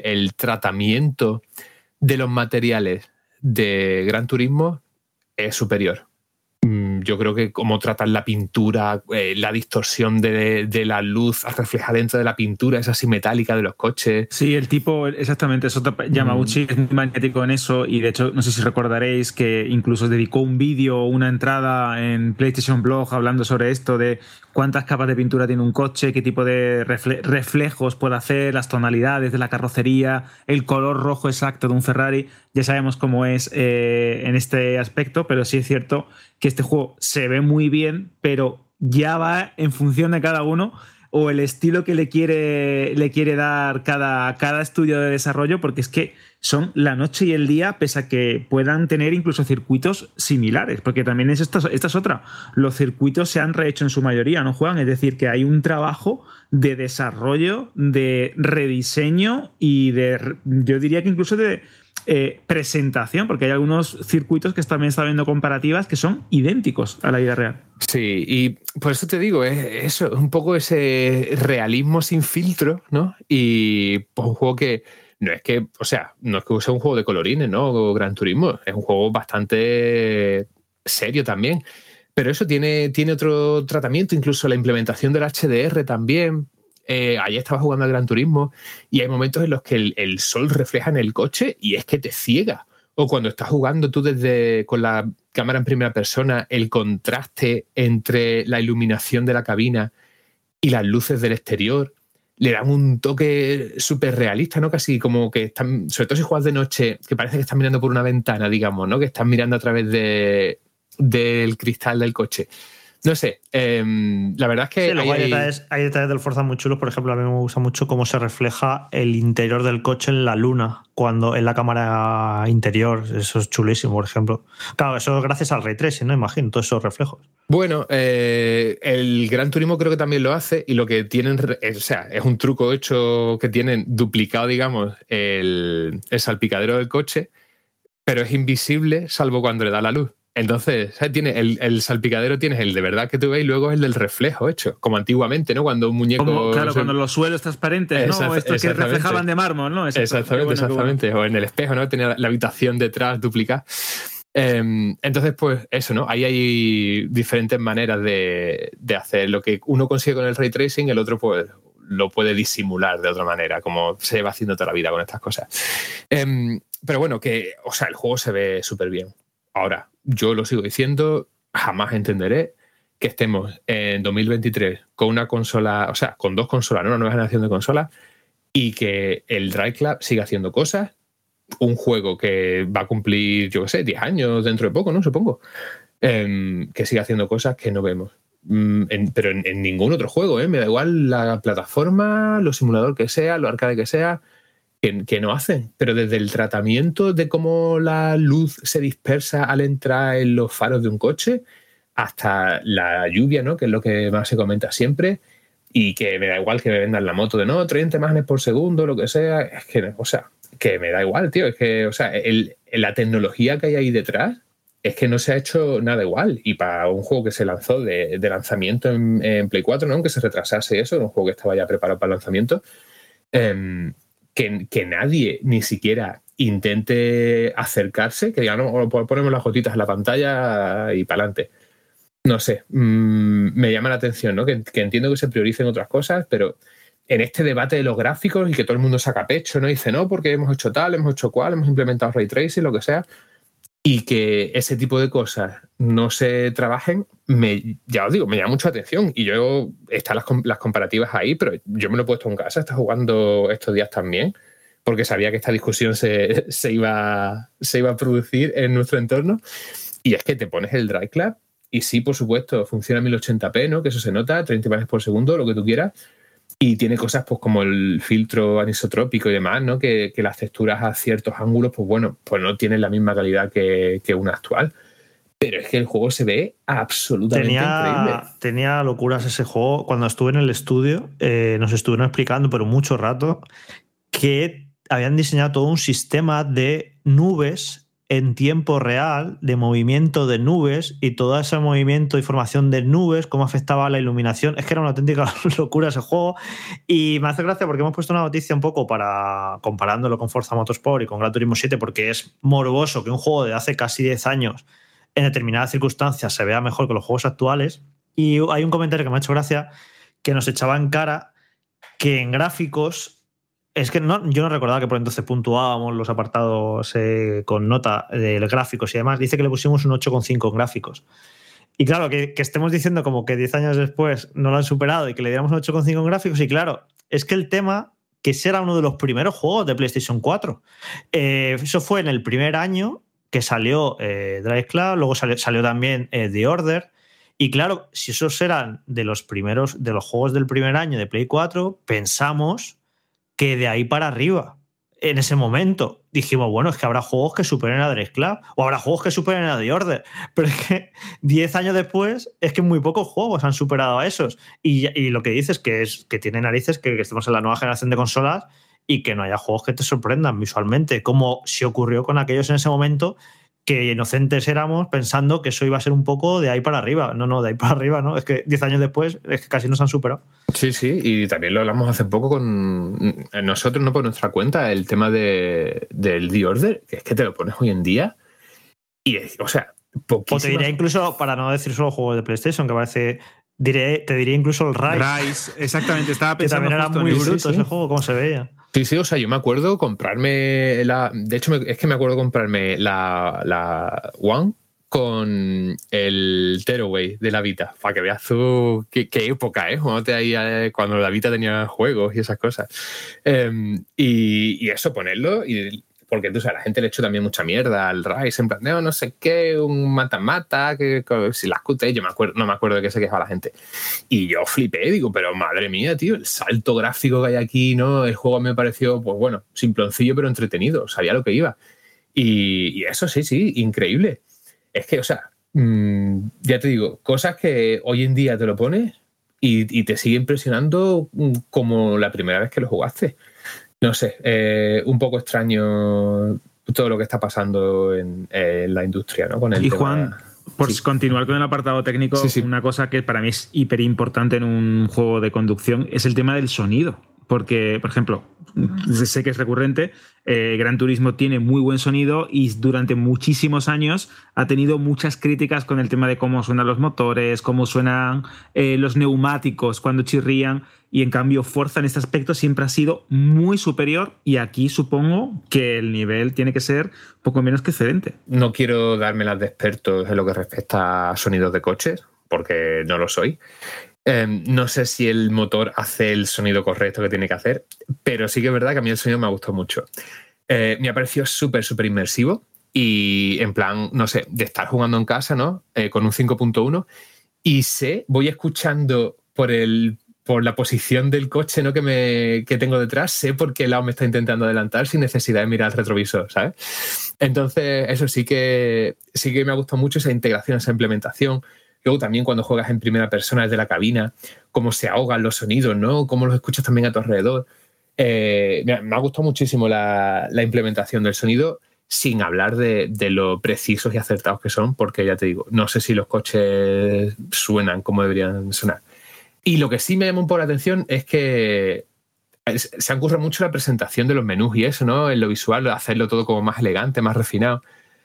el tratamiento de los materiales de Gran Turismo es superior. Yo creo que cómo tratan la pintura, la distorsión de la luz al reflejar dentro de la pintura, esa así metálica de los coches. Sí, el tipo, exactamente, eso Yamauchi es muy magnético en eso, y de hecho, no sé si recordaréis que incluso dedicó un vídeo, una entrada en PlayStation Blog hablando sobre esto, de cuántas capas de pintura tiene un coche, qué tipo de reflejos puede hacer, las tonalidades de la carrocería, el color rojo exacto de un Ferrari. Ya sabemos cómo es en este aspecto, pero sí es cierto que este juego se ve muy bien, pero ya va en función de cada uno o el estilo que le quiere dar cada estudio de desarrollo, porque es que son la noche y el día, pese a que puedan tener incluso circuitos similares, porque también esta es otra. Los circuitos se han rehecho en su mayoría, ¿no, Juan? Es decir, que hay un trabajo de desarrollo, de rediseño y yo diría que incluso de presentación, porque hay algunos circuitos que también está viendo comparativas que son idénticos a la vida real. Sí, y por eso te digo, es un poco ese realismo sin filtro, ¿no? Y pues un juego que no es que sea un juego de colorines, ¿no? Gran Turismo, es un juego bastante serio también, pero eso tiene otro tratamiento, incluso la implementación del HDR también. Ayer estaba jugando al Gran Turismo y hay momentos en los que el sol refleja en el coche y es que te ciega. O cuando estás jugando tú con la cámara en primera persona, el contraste entre la iluminación de la cabina y las luces del exterior le dan un toque súper realista, ¿no? Casi como que están, sobre todo si juegas de noche, que parece que estás mirando por una ventana, digamos, ¿no? Que estás mirando a través del cristal del coche. No sé, la verdad es que... Sí, luego hay detalles del Forza muy chulos. Por ejemplo, a mí me gusta mucho cómo se refleja el interior del coche en la luna, cuando en la cámara interior. Eso es chulísimo, por ejemplo. Claro, eso es gracias al Ray Tracing, ¿no? Imagino, todos esos reflejos. Bueno, el Gran Turismo creo que también lo hace, y lo que tienen, es un truco hecho que tienen duplicado, digamos, el salpicadero del coche, pero es invisible salvo cuando le da la luz. Entonces, ¿sabes? Tiene el salpicadero, tienes el de verdad que tú ves y luego el del reflejo hecho, como antiguamente, ¿no? Cuando un muñeco... cuando los suelos transparentes, ¿no? Estos que reflejaban de mármol, ¿no? Exactamente. O en el espejo, ¿no? Tenía la habitación detrás duplicada. Entonces, pues eso, ¿no? Ahí hay diferentes maneras de hacer lo que uno consigue con el Ray Tracing, el otro pues lo puede disimular de otra manera, como se va haciendo toda la vida con estas cosas. Pero bueno, el juego se ve súper bien. Ahora, yo lo sigo diciendo, jamás entenderé que estemos en 2023 con una consola, con dos consolas, ¿no? Una nueva generación de consolas, y que el Drive Club siga haciendo cosas. Un juego que va a cumplir, 10 años dentro de poco, ¿no? Supongo. Que siga haciendo cosas que no vemos. Pero en ningún otro juego, ¿eh? Me da igual la plataforma, lo simulador que sea, lo arcade que sea, que no hacen. Pero desde el tratamiento de cómo la luz se dispersa al entrar en los faros de un coche hasta la lluvia, ¿no? Que es lo que más se comenta siempre, y que me da igual que me vendan la moto de 30 imágenes por segundo, lo que sea. Es que, que me da igual, tío. Es que, la tecnología que hay ahí detrás es que no se ha hecho nada igual. Y para un juego que se lanzó de lanzamiento en Play 4, ¿no? Aunque se retrasase eso, un juego que estaba ya preparado para el lanzamiento, que nadie ni siquiera intente acercarse, que diga, no, ponemos las gotitas en la pantalla y para adelante. No sé, me llama la atención, ¿no? Que entiendo que se prioricen otras cosas, pero en este debate de los gráficos y que todo el mundo saca pecho, ¿no? Dice, no, porque hemos hecho tal, hemos hecho cual, hemos implementado Ray Tracing, lo que sea, y que ese tipo de cosas no se trabajen, ya os digo, me llama mucho la atención. Y yo, están las comparativas ahí, pero yo me lo he puesto en casa, está jugando estos días también, porque sabía que esta discusión se iba a producir en nuestro entorno. Y es que te pones el Drive Club y sí, por supuesto, funciona a 1080p, ¿no? Que eso se nota, 30 imágenes por segundo, lo que tú quieras. Y tiene cosas pues como el filtro anisotrópico y demás, ¿no? Que las texturas a ciertos ángulos, pues bueno, pues no tienen la misma calidad que una actual. Pero es que el juego se ve absolutamente increíble. Tenía locuras ese juego. Cuando estuve en el estudio, nos estuvieron explicando, pero mucho rato, que habían diseñado todo un sistema de nubes en tiempo real de movimiento de nubes y todo ese movimiento y formación de nubes, cómo afectaba a la iluminación. Es que era una auténtica locura ese juego. Y me hace gracia porque hemos puesto una noticia un poco para comparándolo con Forza Motorsport y con Gran Turismo 7, porque es morboso que un juego de hace casi 10 años en determinadas circunstancias se vea mejor que los juegos actuales. Y hay un comentario que me ha hecho gracia que nos echaba en cara que en gráficos... Es que yo no recordaba que por entonces puntuábamos los apartados con nota de gráficos y demás. Dice que le pusimos un 8,5 en gráficos. Y claro, que estemos diciendo como que 10 años después no lo han superado y que le diéramos un 8,5 en gráficos. Y claro, es que el tema que ese era uno de los primeros juegos de PlayStation 4. Eso fue en el primer año que salió Drive Club, luego salió también The Order. Y claro, si esos eran de los primeros, de los juegos del primer año de Play 4, pensamos que de ahí para arriba, en ese momento, dijimos, bueno, es que habrá juegos que superen a Drive Club o habrá juegos que superen a The Order, pero es que 10 años después es que muy pocos juegos han superado a esos. Y lo que dices es que tiene narices que estemos en la nueva generación de consolas y que no haya juegos que te sorprendan visualmente, como se ocurrió con aquellos en ese momento que inocentes éramos pensando que eso iba a ser un poco de ahí para arriba. No, de ahí para arriba, ¿no? Es que 10 años después es que casi nos han superado. Sí, y también lo hablamos hace poco con nosotros, no por nuestra cuenta, el tema del The Order, que es que te lo pones hoy en día y, o sea, poquísimas... O te diría incluso, para no decir solo juegos de PlayStation, que parece... te diría incluso el Rise. Exactamente, estaba pensando. Que también era muy bruto ese juego, como se veía. Sí, o sea, yo me acuerdo comprarme de hecho, es que me acuerdo comprarme la One con el Tearaway de la Vita, para que veas tú qué época, cuando la Vita tenía juegos y esas cosas. Y eso, ponerlo, y porque tú sabes, la gente le echó también mucha mierda al Rise, en plan, no sé qué, un mata-mata, que si las QT, no me acuerdo de qué se quejaba la gente. Y yo flipé, digo, pero madre mía, tío, el salto gráfico que hay aquí, ¿no? El juego me pareció, pues bueno, simploncillo pero entretenido, sabía lo que iba. Y eso sí, increíble. Es que, o sea, ya te digo, cosas que hoy en día te lo pones y te sigue impresionando como la primera vez que lo jugaste. No sé, un poco extraño todo lo que está pasando en la industria, ¿no? Con el tema... Juan, por continuar con el apartado técnico, una cosa que para mí es hiper importante en un juego de conducción es el tema del sonido. Porque, por ejemplo, sé que es recurrente, Gran Turismo tiene muy buen sonido y durante muchísimos años ha tenido muchas críticas con el tema de cómo suenan los motores, cómo suenan los neumáticos cuando chirrían, y en cambio Forza en este aspecto siempre ha sido muy superior, y aquí supongo que el nivel tiene que ser poco menos que excelente. No quiero darme las de expertos en lo que respecta a sonidos de coches, porque no lo soy. No sé si el motor hace el sonido correcto que tiene que hacer, pero sí que es verdad que a mí el sonido me ha gustado mucho. Me ha parecido súper inmersivo y en plan, no sé, de estar jugando en casa, ¿no? Con un 5.1 y voy escuchando por la posición del coche, ¿no? que tengo detrás, sé por qué lado me está intentando adelantar sin necesidad de mirar el retrovisor, ¿sabes? Entonces, eso sí que me ha gustado mucho, esa integración, esa implementación. Luego también cuando juegas en primera persona desde la cabina, cómo se ahogan los sonidos, ¿no? Cómo los escuchas también a tu alrededor. Me ha gustado muchísimo la implementación del sonido, sin hablar de lo precisos y acertados que son, porque ya te digo, no sé si los coches suenan como deberían sonar. Y lo que sí me llama un poco la atención es que se han currado mucho la presentación de los menús y eso, ¿no? En lo visual, hacerlo todo como más elegante, más refinado.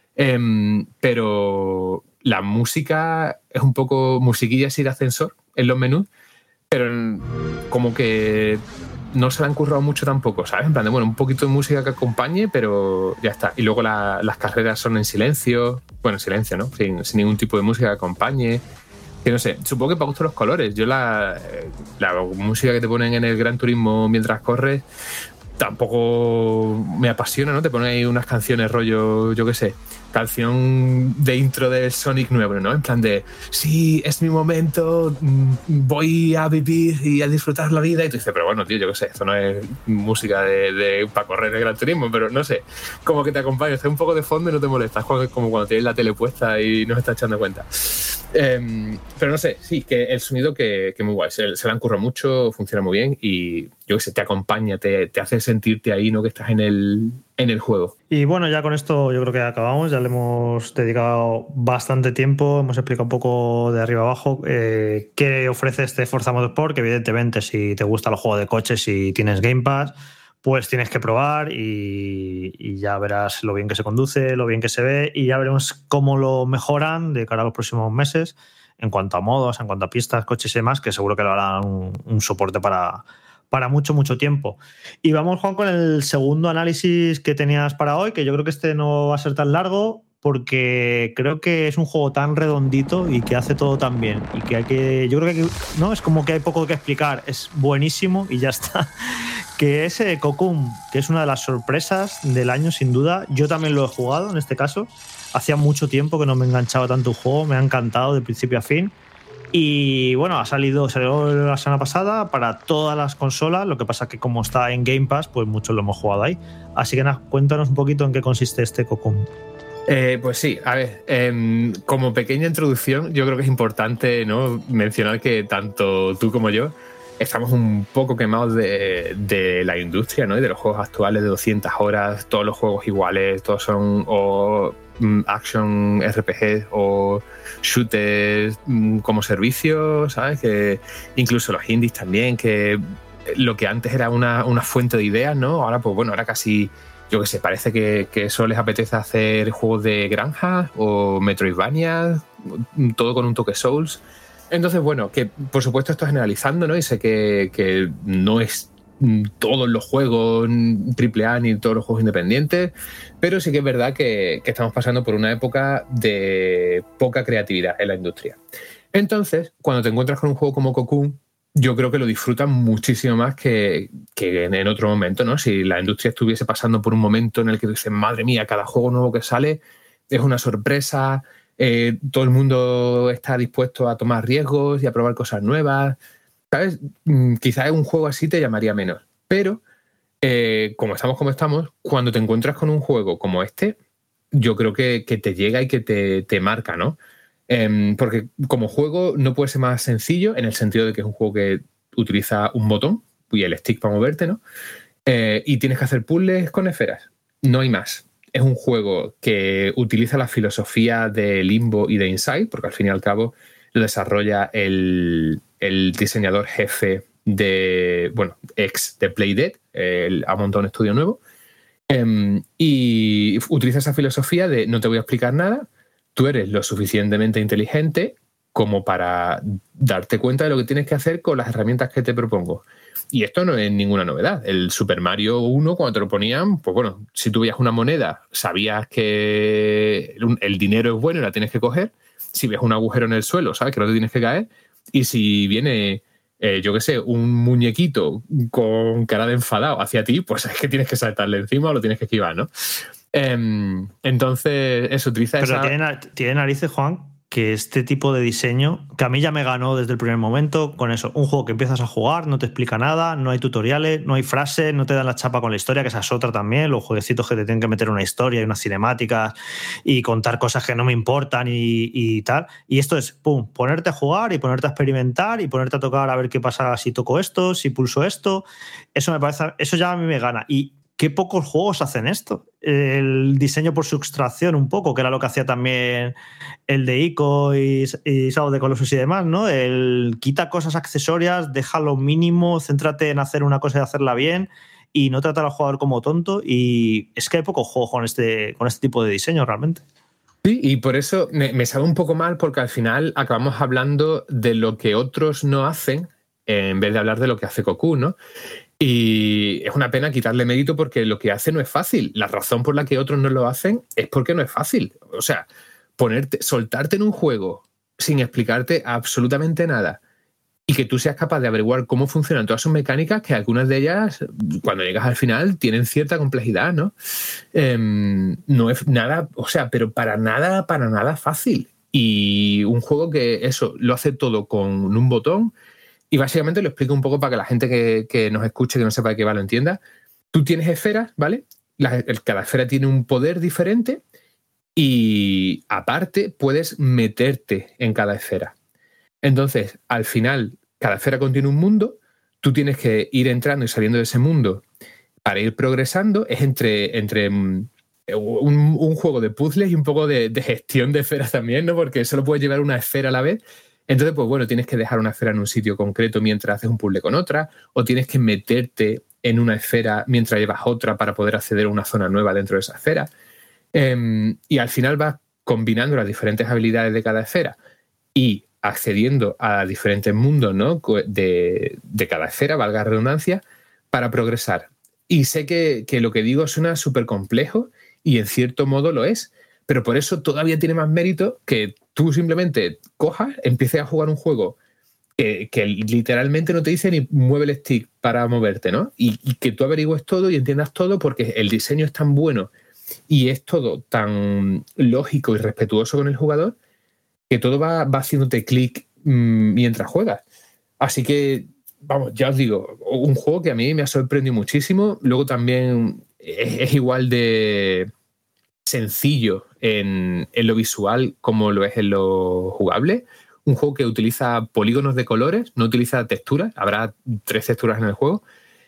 Pero la música es un poco musiquilla así de ascensor en los menús, pero como que no se la han currado mucho tampoco, ¿sabes? En plan de, bueno, un poquito de música que acompañe, pero ya está. Y luego las carreras son en silencio, bueno, en silencio, ¿no? Sin ningún tipo de música que acompañe. Que no sé, supongo que para gusto los colores. Yo la música que te ponen en el Gran Turismo mientras corres tampoco me apasiona, ¿no? Te ponen ahí unas canciones rollo, yo qué sé, canción de intro de Sonic nuevo, ¿no? En plan de, sí, es mi momento, voy a vivir y a disfrutar la vida. Y tú dices, pero bueno, tío, yo qué sé, eso no es música para correr el Gran Turismo, pero no sé, como que te acompaña, está un poco de fondo y no te molesta, es como cuando tienes la tele puesta y no estás echando cuenta. Pero no sé, sí, que el sonido que muy guay, se le han currado mucho, funciona muy bien y yo qué sé, te acompaña, te hace sentirte ahí, ¿no? Que estás en en el juego. Y bueno, ya con esto yo creo que acabamos, ya le hemos dedicado bastante tiempo, hemos explicado un poco de arriba abajo qué ofrece este Forza Motorsport, que evidentemente si te gusta el juego de coches y tienes Game Pass, pues tienes que probar y ya verás lo bien que se conduce, lo bien que se ve, y ya veremos cómo lo mejoran de cara a los próximos meses en cuanto a modos, en cuanto a pistas, coches y demás, que seguro que lo harán un soporte para mucho tiempo. Y vamos, Juan, con el segundo análisis que tenías para hoy, que yo creo que este no va a ser tan largo porque creo que es un juego tan redondito y que hace todo tan bien y que yo creo que no es como que hay poco que explicar, es buenísimo y ya está. Que es Cocoon, que es una de las sorpresas del año sin duda. Yo también lo he jugado en este caso. Hacía mucho tiempo que no me enganchaba tanto un juego, me ha encantado de principio a fin. Y bueno, salió la semana pasada para todas las consolas, lo que pasa que como está en Game Pass, pues muchos lo hemos jugado ahí. Así que nada, cuéntanos un poquito en qué consiste este Cocoon. Pues sí, a ver, como pequeña introducción, yo creo que es importante, ¿no?, mencionar que tanto tú como yo estamos un poco quemados de la industria, ¿no?, y de los juegos actuales de 200 horas, todos los juegos iguales, todos son o action RPG o shooters como servicio, ¿sabes? Que incluso los indies también, que lo que antes era una fuente de ideas, ¿no? Ahora, pues bueno, ahora casi, yo qué sé, parece que solo les apetece hacer juegos de granja o Metroidvania, todo con un toque Souls. Entonces, bueno, que por supuesto esto es generalizando, ¿no? Y sé que no es todos los juegos AAA ni todos los juegos independientes, pero sí que es verdad que estamos pasando por una época de poca creatividad en la industria. Entonces, cuando te encuentras con un juego como Cocoon, yo creo que lo disfrutas muchísimo más que en otro momento, ¿no? Si la industria estuviese pasando por un momento en el que dices, madre mía, cada juego nuevo que sale es una sorpresa, todo el mundo está dispuesto a tomar riesgos y a probar cosas nuevas, ¿sabes? Quizás un juego así te llamaría menos, pero como estamos, cuando te encuentras con un juego como este, yo creo que te llega y que te marca, ¿no? Porque como juego no puede ser más sencillo en el sentido de que es un juego que utiliza un botón y el stick para moverte, ¿no? Y tienes que hacer puzzles con esferas. No hay más. Es un juego que utiliza la filosofía de Limbo y de Inside, porque al fin y al cabo lo desarrolla el diseñador jefe ex de Playdead, ha montado un estudio nuevo, y utiliza esa filosofía de no te voy a explicar nada, tú eres lo suficientemente inteligente como para darte cuenta de lo que tienes que hacer con las herramientas que te propongo. Y esto no es ninguna novedad. El Super Mario 1, cuando te lo ponían, pues bueno, si tú veías una moneda, sabías que el dinero es bueno y la tienes que coger. Si ves un agujero en el suelo, sabes que no te tienes que caer. Y si viene, yo qué sé, un muñequito con cara de enfadado hacia ti, pues es que tienes que saltarle encima o lo tienes que esquivar, ¿no? Entonces, eso utiliza Pero tiene narices, Juan, que este tipo de diseño, que a mí ya me ganó desde el primer momento con eso. Un juego que empiezas a jugar, no te explica nada, no hay tutoriales, no hay frases, no te dan la chapa con la historia, que esa es otra también, los jueguecitos que te tienen que meter una historia y unas cinemáticas y contar cosas que no me importan y tal. Y esto es, pum, ponerte a jugar y ponerte a experimentar y ponerte a tocar a ver qué pasa si toco esto, si pulso esto. Eso me parece, eso ya a mí me gana. Y qué pocos juegos hacen esto. El diseño por sustracción un poco, que era lo que hacía también el de Ico y Shadow of the Colossus y demás, ¿no? El quita cosas accesorias, deja lo mínimo, céntrate en hacer una cosa y hacerla bien y no tratar al jugador como tonto. Y es que hay pocos juegos con este tipo de diseño realmente. Sí, y por eso me sabe un poco mal, porque al final acabamos hablando de lo que otros no hacen en vez de hablar de lo que hace Cocoon, ¿no? Y es una pena quitarle mérito porque lo que hace no es fácil. La razón por la que otros no lo hacen es porque no es fácil. O sea, soltarte en un juego sin explicarte absolutamente nada y que tú seas capaz de averiguar cómo funcionan todas sus mecánicas, que algunas de ellas, cuando llegas al final, tienen cierta complejidad, ¿no? No es nada, o sea, pero para nada fácil. Y un juego que eso lo hace todo con un botón. Y básicamente lo explico un poco para que la gente que nos escuche, que no sepa de qué va, lo entienda. Tú tienes esferas, ¿vale? Cada esfera tiene un poder diferente y aparte puedes meterte en cada esfera. Entonces, al final, cada esfera contiene un mundo, tú tienes que ir entrando y saliendo de ese mundo para ir progresando, es entre un juego de puzzles y un poco de gestión de esferas también, ¿no? Porque solo puedes llevar una esfera a la vez. Entonces, pues bueno, tienes que dejar una esfera en un sitio concreto mientras haces un puzzle con otra, o tienes que meterte en una esfera mientras llevas otra para poder acceder a una zona nueva dentro de esa esfera. Y al final vas combinando las diferentes habilidades de cada esfera y accediendo a diferentes mundos, ¿no? de cada esfera, valga la redundancia, para progresar. Y sé que lo que digo suena súper complejo y en cierto modo lo es, pero por eso todavía tiene más mérito que tú simplemente cojas, empieces a jugar un juego que literalmente no te dice ni mueve el stick para moverte, ¿no? Y que tú averigües todo y entiendas todo porque el diseño es tan bueno y es todo tan lógico y respetuoso con el jugador que todo va haciéndote clic mientras juegas. Así que, vamos, ya os digo, un juego que a mí me ha sorprendido muchísimo. Luego también es igual de sencillo en lo visual como lo es en lo jugable. Un juego que utiliza polígonos de colores, no utiliza texturas. Habrá 3 texturas en el juego.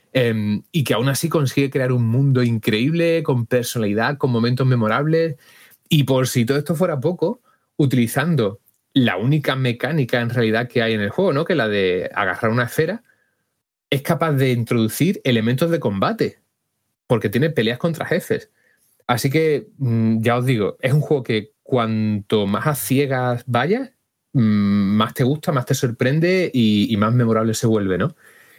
Y que aún así consigue crear un mundo increíble, con personalidad, con momentos memorables. Y por si todo esto fuera poco, utilizando la única mecánica en realidad que hay en el juego, ¿no? Que la de agarrar una esfera, es capaz de introducir elementos de combate, porque tiene peleas contra jefes. Así que, ya os digo, es un juego que cuanto más a ciegas vayas, más te gusta, más te sorprende y más memorable se vuelve, ¿no?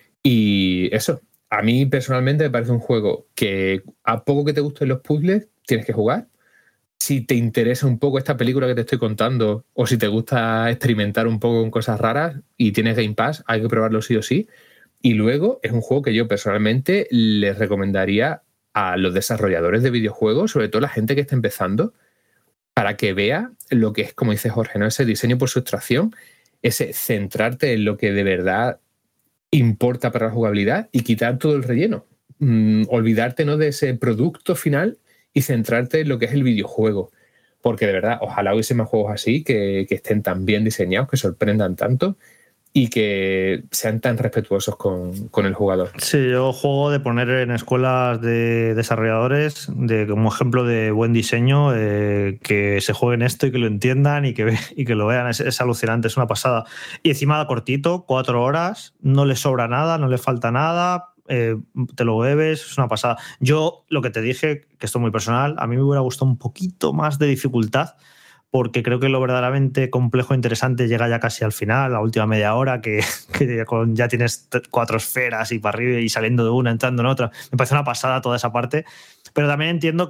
Y eso, a mí personalmente me parece un juego que a poco que te gusten los puzzles, tienes que jugar. Si te interesa un poco esta película que te estoy contando o si te gusta experimentar un poco con cosas raras y tienes Game Pass, hay que probarlo sí o sí. Y luego es un juego que yo personalmente les recomendaría a los desarrolladores de videojuegos, sobre todo la gente que está empezando, para que vea lo que es, como dice Jorge, ¿no? Ese diseño por sustracción, ese centrarte en lo que de verdad importa para la jugabilidad y quitar todo el relleno. Olvidarte, ¿no? de ese producto final y centrarte en lo que es el videojuego. Porque de verdad, ojalá hubiese más juegos así que estén tan bien diseñados, que sorprendan tanto y que sean tan respetuosos con el jugador. Sí, yo juego de poner en escuelas de desarrolladores como ejemplo de buen diseño, que se jueguen esto y que lo entiendan y que lo vean. Es alucinante, es una pasada. Y encima cortito, 4 horas, no le sobra nada, no le falta nada. Te lo bebes, es una pasada. Yo, lo que te dije, que esto es muy personal, a mí me hubiera gustado un poquito más de dificultad, porque creo que lo verdaderamente complejo e interesante llega ya casi al final, la última media hora, que ya tienes 4 esferas y para arriba y saliendo de una, entrando en otra. Me parece una pasada toda esa parte, pero también entiendo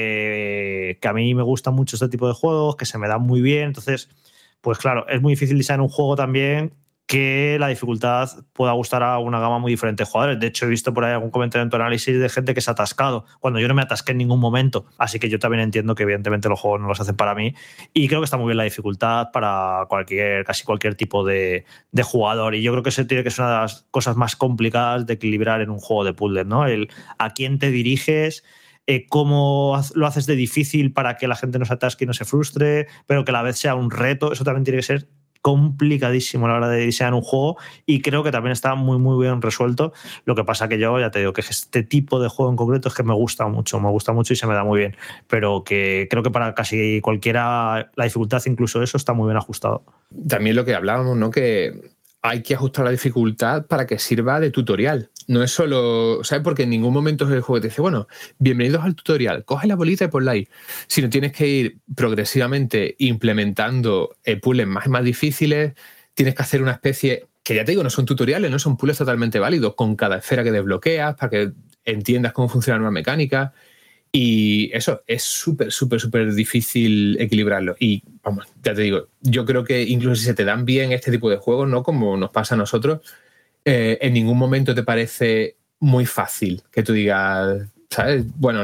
que a mí me gusta mucho este tipo de juegos, que se me dan muy bien, entonces, pues claro, es muy difícil diseñar un juego también que la dificultad pueda gustar a una gama muy diferente de jugadores. De hecho, he visto por ahí algún comentario en tu análisis de gente que se ha atascado, cuando yo no me atasqué en ningún momento. Así que yo también entiendo que evidentemente los juegos no los hacen para mí, y creo que está muy bien la dificultad para casi cualquier tipo de jugador. Y yo creo que eso tiene que ser una de las cosas más complicadas de equilibrar en un juego de puzzles, ¿no? El a quién te diriges, cómo lo haces de difícil para que la gente no se atasque y no se frustre, pero que a la vez sea un reto. Eso también tiene que ser complicadísimo a la hora de diseñar un juego, y creo que también está muy muy bien resuelto. Lo que pasa que yo ya te digo que este tipo de juego en concreto es que me gusta mucho y se me da muy bien, pero que creo que para casi cualquiera la dificultad, incluso eso, está muy bien ajustado. También lo que hablábamos, ¿no? Que hay que ajustar la dificultad para que sirva de tutorial. No es solo, ¿sabes? Porque en ningún momento el juego te dice, bueno, bienvenidos al tutorial, coge la bolita y ponla ahí. Sino tienes que ir progresivamente implementando puzzles más difíciles. Tienes que hacer una especie, que ya te digo, no son tutoriales, no son puzzles totalmente válidos, con cada esfera que desbloqueas, para que entiendas cómo funciona una mecánica. Y eso es súper difícil equilibrarlo. Y vamos, ya te digo, yo creo que incluso si se te dan bien este tipo de juegos, ¿no? Como nos pasa a nosotros, en ningún momento te parece muy fácil que tú digas, ¿sabes? Bueno,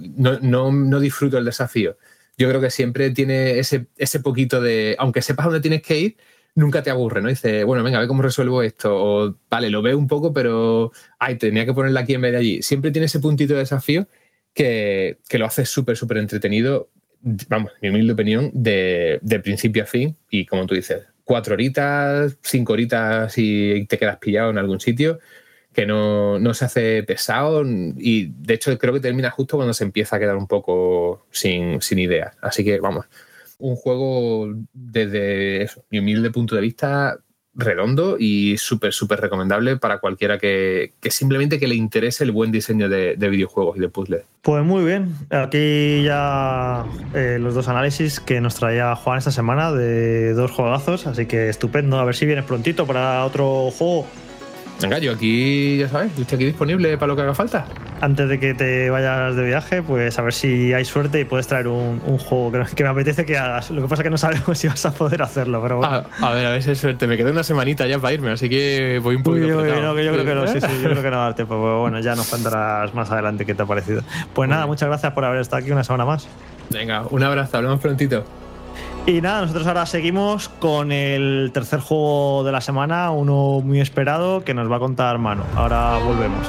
no disfruto el desafío. Yo creo que siempre tiene ese poquito de, aunque sepas dónde tienes que ir, nunca te aburre, ¿no? Dices, bueno, venga, a ver cómo resuelvo esto. O, vale, lo veo un poco, pero, tenía que ponerla aquí en vez de allí. Siempre tiene ese puntito de desafío que lo hace súper entretenido, vamos, mi humilde opinión, de principio a fin. Y como tú dices, 4 horitas, 5 horitas y te quedas pillado en algún sitio, que no se hace pesado y de hecho creo que termina justo cuando se empieza a quedar un poco sin ideas. Así que vamos, un juego desde mi humilde punto de vista redondo y súper recomendable para cualquiera que simplemente que le interese el buen diseño de videojuegos y de puzzles. Pues muy bien, aquí ya los 2 análisis que nos traía Juan esta semana de 2 juegazos, así que estupendo, a ver si vienes prontito para otro juego. Venga, yo aquí, ya sabes, yo estoy aquí disponible para lo que haga falta. Antes de que te vayas de viaje, pues a ver si hay suerte y puedes traer un juego que me apetece que hagas. Lo que pasa es que no sabemos si vas a poder hacerlo, pero bueno. A ver si hay suerte. Me queda una semanita ya para irme, así que voy un poquito apretado. Yo creo que no, sí, yo creo que no va a dar tiempo. Pero bueno, ya nos contarás más adelante qué te ha parecido. Pues nada, muchas gracias por haber estado aquí una semana más. Venga, un abrazo, hablamos prontito. Y nada, nosotros ahora seguimos con el tercer juego de la semana, uno muy esperado que nos va a contar Manu. Ahora volvemos.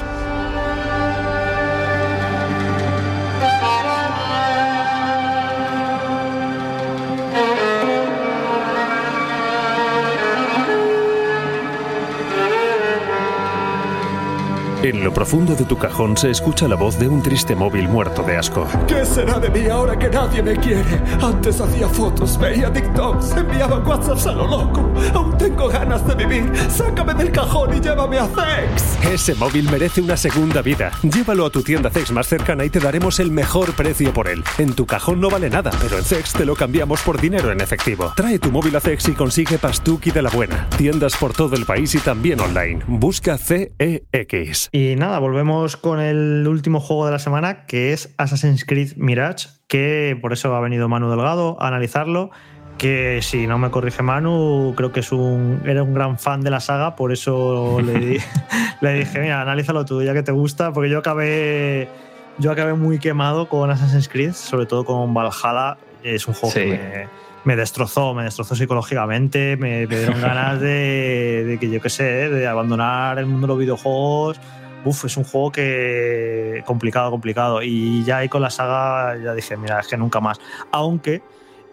En lo profundo de tu cajón se escucha la voz de un triste móvil muerto de asco. ¿Qué será de mí ahora que nadie me quiere? Antes hacía fotos, veía TikToks, enviaba WhatsApps a lo loco. Aún tengo ganas de vivir. Sácame del cajón y llévame a Zex. Ese móvil merece una segunda vida. Llévalo a tu tienda Zex más cercana y te daremos el mejor precio por él. En tu cajón no vale nada, pero en Zex te lo cambiamos por dinero en efectivo. Trae tu móvil a Zex y consigue Pastuki de la buena. Tiendas por todo el país y también online. Busca CEX. Y nada, volvemos con el último juego de la semana, que es Assassin's Creed Mirage, que por eso ha venido Manu Delgado a analizarlo, que si no me corrige Manu, creo que era un gran fan de la saga, por eso le dije, mira, analízalo tú, ya que te gusta, porque yo acabé muy quemado con Assassin's Creed, sobre todo con Valhalla. Es un juego que me destrozó psicológicamente, me dieron ganas de que, yo qué sé, de abandonar el mundo de los videojuegos. Es un juego que complicado. Y ya ahí con la saga ya dije, mira, es que nunca más. Aunque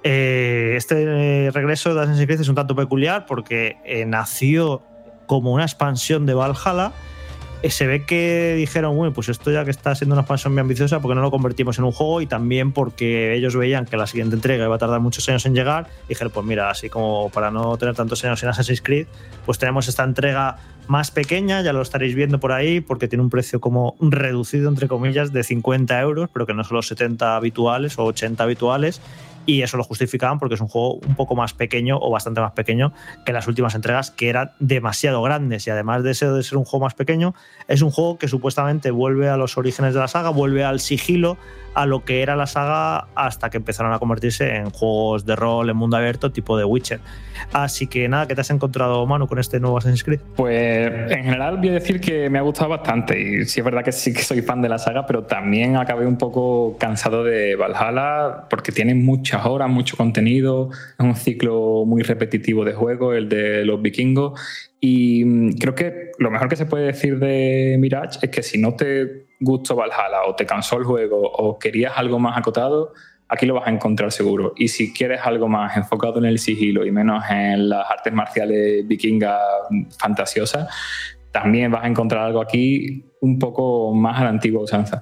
este regreso de Assassin's Creed es un tanto peculiar porque nació como una expansión de Valhalla. Se ve que dijeron, bueno, pues esto ya que está siendo una expansión muy ambiciosa, ¿por qué no lo convertimos en un juego? Y también porque ellos veían que la siguiente entrega iba a tardar muchos años en llegar. Y dijeron, pues mira, así como para no tener tantos años en Assassin's Creed, pues tenemos esta entrega más pequeña, ya lo estaréis viendo por ahí, porque tiene un precio como reducido, entre comillas, de 50 euros, pero que no son los 70 habituales o 80 habituales. Y eso lo justificaban porque es un juego un poco más pequeño o bastante más pequeño que las últimas entregas, que eran demasiado grandes. Y además de ser un juego más pequeño, es un juego que supuestamente vuelve a los orígenes de la saga, vuelve al sigilo, a lo que era la saga hasta que empezaron a convertirse en juegos de rol en mundo abierto tipo The Witcher. Así que nada, ¿qué te has encontrado, Manu, con este nuevo Assassin's Creed? Pues en general voy a decir que me ha gustado bastante y sí es verdad que sí que soy fan de la saga, pero también acabé un poco cansado de Valhalla porque tiene muchas horas, mucho contenido, es un ciclo muy repetitivo de juego, el de los vikingos, y creo que lo mejor que se puede decir de Mirage es que si no te gustó Valhalla o te cansó el juego o querías algo más acotado, aquí lo vas a encontrar seguro. Y si quieres algo más enfocado en el sigilo y menos en las artes marciales vikingas fantasiosas, también vas a encontrar algo aquí un poco más a la antigua usanza.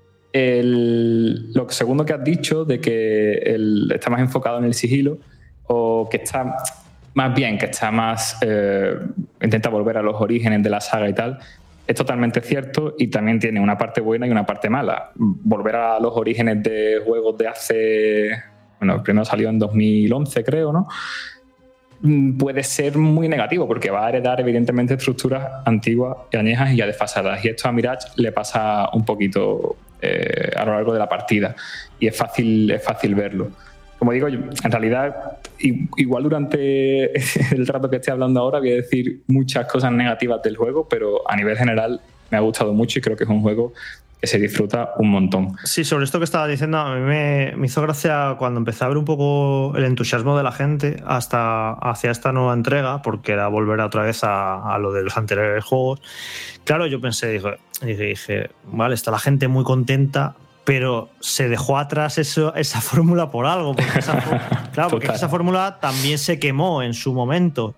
Lo segundo que has dicho de que está más enfocado en el sigilo, o que está más bien, que está más intenta volver a los orígenes de la saga y tal, es totalmente cierto, y también tiene una parte buena y una parte mala. Volver a los orígenes de juegos de hace... Bueno, el primero salió en 2011, creo, ¿no? Puede ser muy negativo porque va a heredar evidentemente estructuras antiguas y añejas y ya desfasadas, y esto a Mirage le pasa un poquito a lo largo de la partida y es fácil verlo. Como digo, en realidad igual durante el rato que estoy hablando ahora voy a decir muchas cosas negativas del juego, pero a nivel general me ha gustado mucho y creo que es un juego que se disfruta un montón. Sí, sobre esto que estabas diciendo, a mí me hizo gracia cuando empecé a ver un poco el entusiasmo de la gente hacia esta nueva entrega, porque era volver otra vez a lo de los anteriores juegos. Claro, yo pensé, dije, vale, está la gente muy contenta, pero se dejó atrás esa fórmula por algo, porque esa fórmula también se quemó en su momento.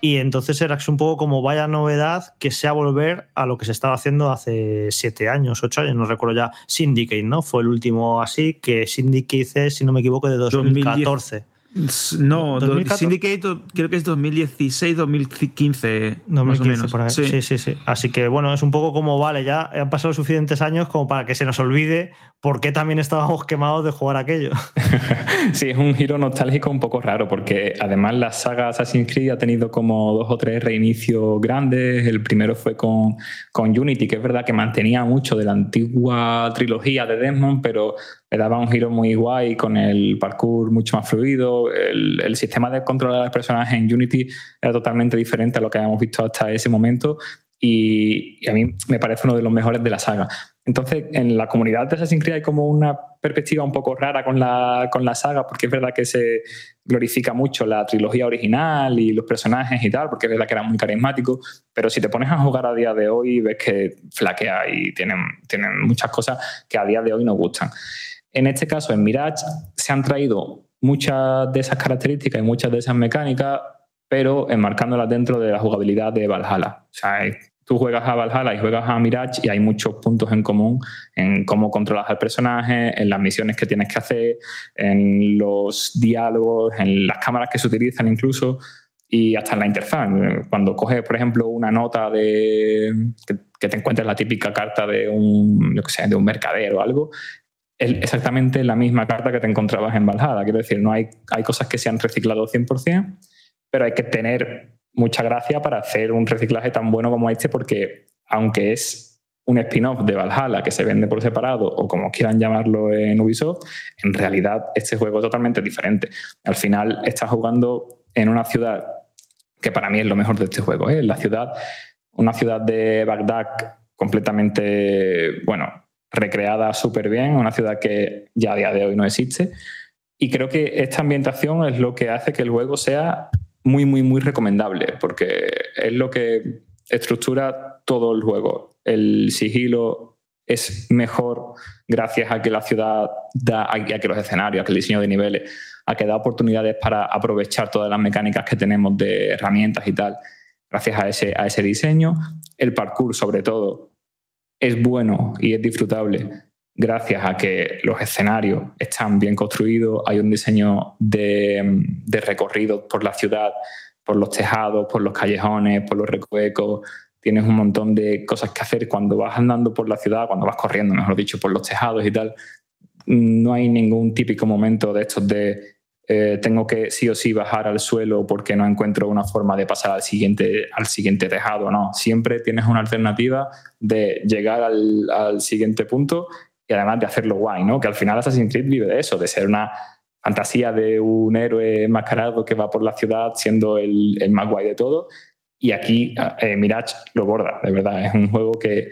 Y entonces era un poco como vaya novedad que sea volver a lo que se estaba haciendo hace 7 años, 8 años, no recuerdo ya. Syndicate, ¿no? Fue el último así, que Syndicate es, si no me equivoco, de 2014. No, Syndicate creo que es 2016, 2015, más o menos. Por ahí. Sí. Así que bueno, es un poco como, vale, ya han pasado suficientes años como para que se nos olvide por qué también estábamos quemados de jugar aquello. Sí, es un giro nostálgico un poco raro, porque además la saga Assassin's Creed ha tenido como 2 o 3 reinicios grandes. El primero fue con Unity, que es verdad que mantenía mucho de la antigua trilogía de Desmond, pero le daba un giro muy guay con el parkour mucho más fluido. El sistema de controlar a los personajes en Unity era totalmente diferente a lo que habíamos visto hasta ese momento y a mí me parece uno de los mejores de la saga. Entonces, en la comunidad de Assassin's Creed hay como una perspectiva un poco rara con la saga, porque es verdad que se glorifica mucho la trilogía original y los personajes y tal, porque es verdad que eran muy carismáticos, pero si te pones a jugar a día de hoy ves que flaquea y tienen muchas cosas que a día de hoy nos gustan. En este caso, en Mirage, se han traído muchas de esas características y muchas de esas mecánicas, pero enmarcándolas dentro de la jugabilidad de Valhalla. O sea, tú juegas a Valhalla y juegas a Mirage y hay muchos puntos en común en cómo controlas al personaje, en las misiones que tienes que hacer, en los diálogos, en las cámaras que se utilizan incluso, y hasta en la interfaz. Cuando coges, por ejemplo, una nota que te encuentres la típica carta de un mercader o algo, es exactamente la misma carta que te encontrabas en Valhalla. Quiero decir, no hay cosas que se han reciclado 100%, pero hay que tener mucha gracia para hacer un reciclaje tan bueno como este, porque aunque es un spin-off de Valhalla que se vende por separado o como quieran llamarlo en Ubisoft, en realidad este juego es totalmente diferente. Al final estás jugando en una ciudad que para mí es lo mejor de este juego, ¿eh? Una ciudad de Bagdad completamente, recreada súper bien, una ciudad que ya a día de hoy no existe, y creo que esta ambientación es lo que hace que el juego sea muy, muy, muy recomendable, porque es lo que estructura todo el juego. El sigilo es mejor gracias a que la ciudad a que los escenarios, a que el diseño de niveles, a que da oportunidades para aprovechar todas las mecánicas que tenemos de herramientas y tal, gracias a ese diseño. El parkour, sobre todo, es bueno y es disfrutable gracias a que los escenarios están bien construidos, hay un diseño de recorrido por la ciudad, por los tejados, por los callejones, por los recovecos. Tienes un montón de cosas que hacer cuando vas andando por la ciudad, cuando vas corriendo, mejor dicho, por los tejados y tal. No hay ningún típico momento de estos de tengo que sí o sí bajar al suelo porque no encuentro una forma de pasar al siguiente tejado. No, siempre tienes una alternativa de llegar al siguiente punto y además de hacerlo guay, ¿no? Que al final Assassin's Creed vive de eso, de ser una fantasía de un héroe enmascarado que va por la ciudad siendo el más guay de todo. Y aquí Mirage lo borda, de verdad. Es un juego que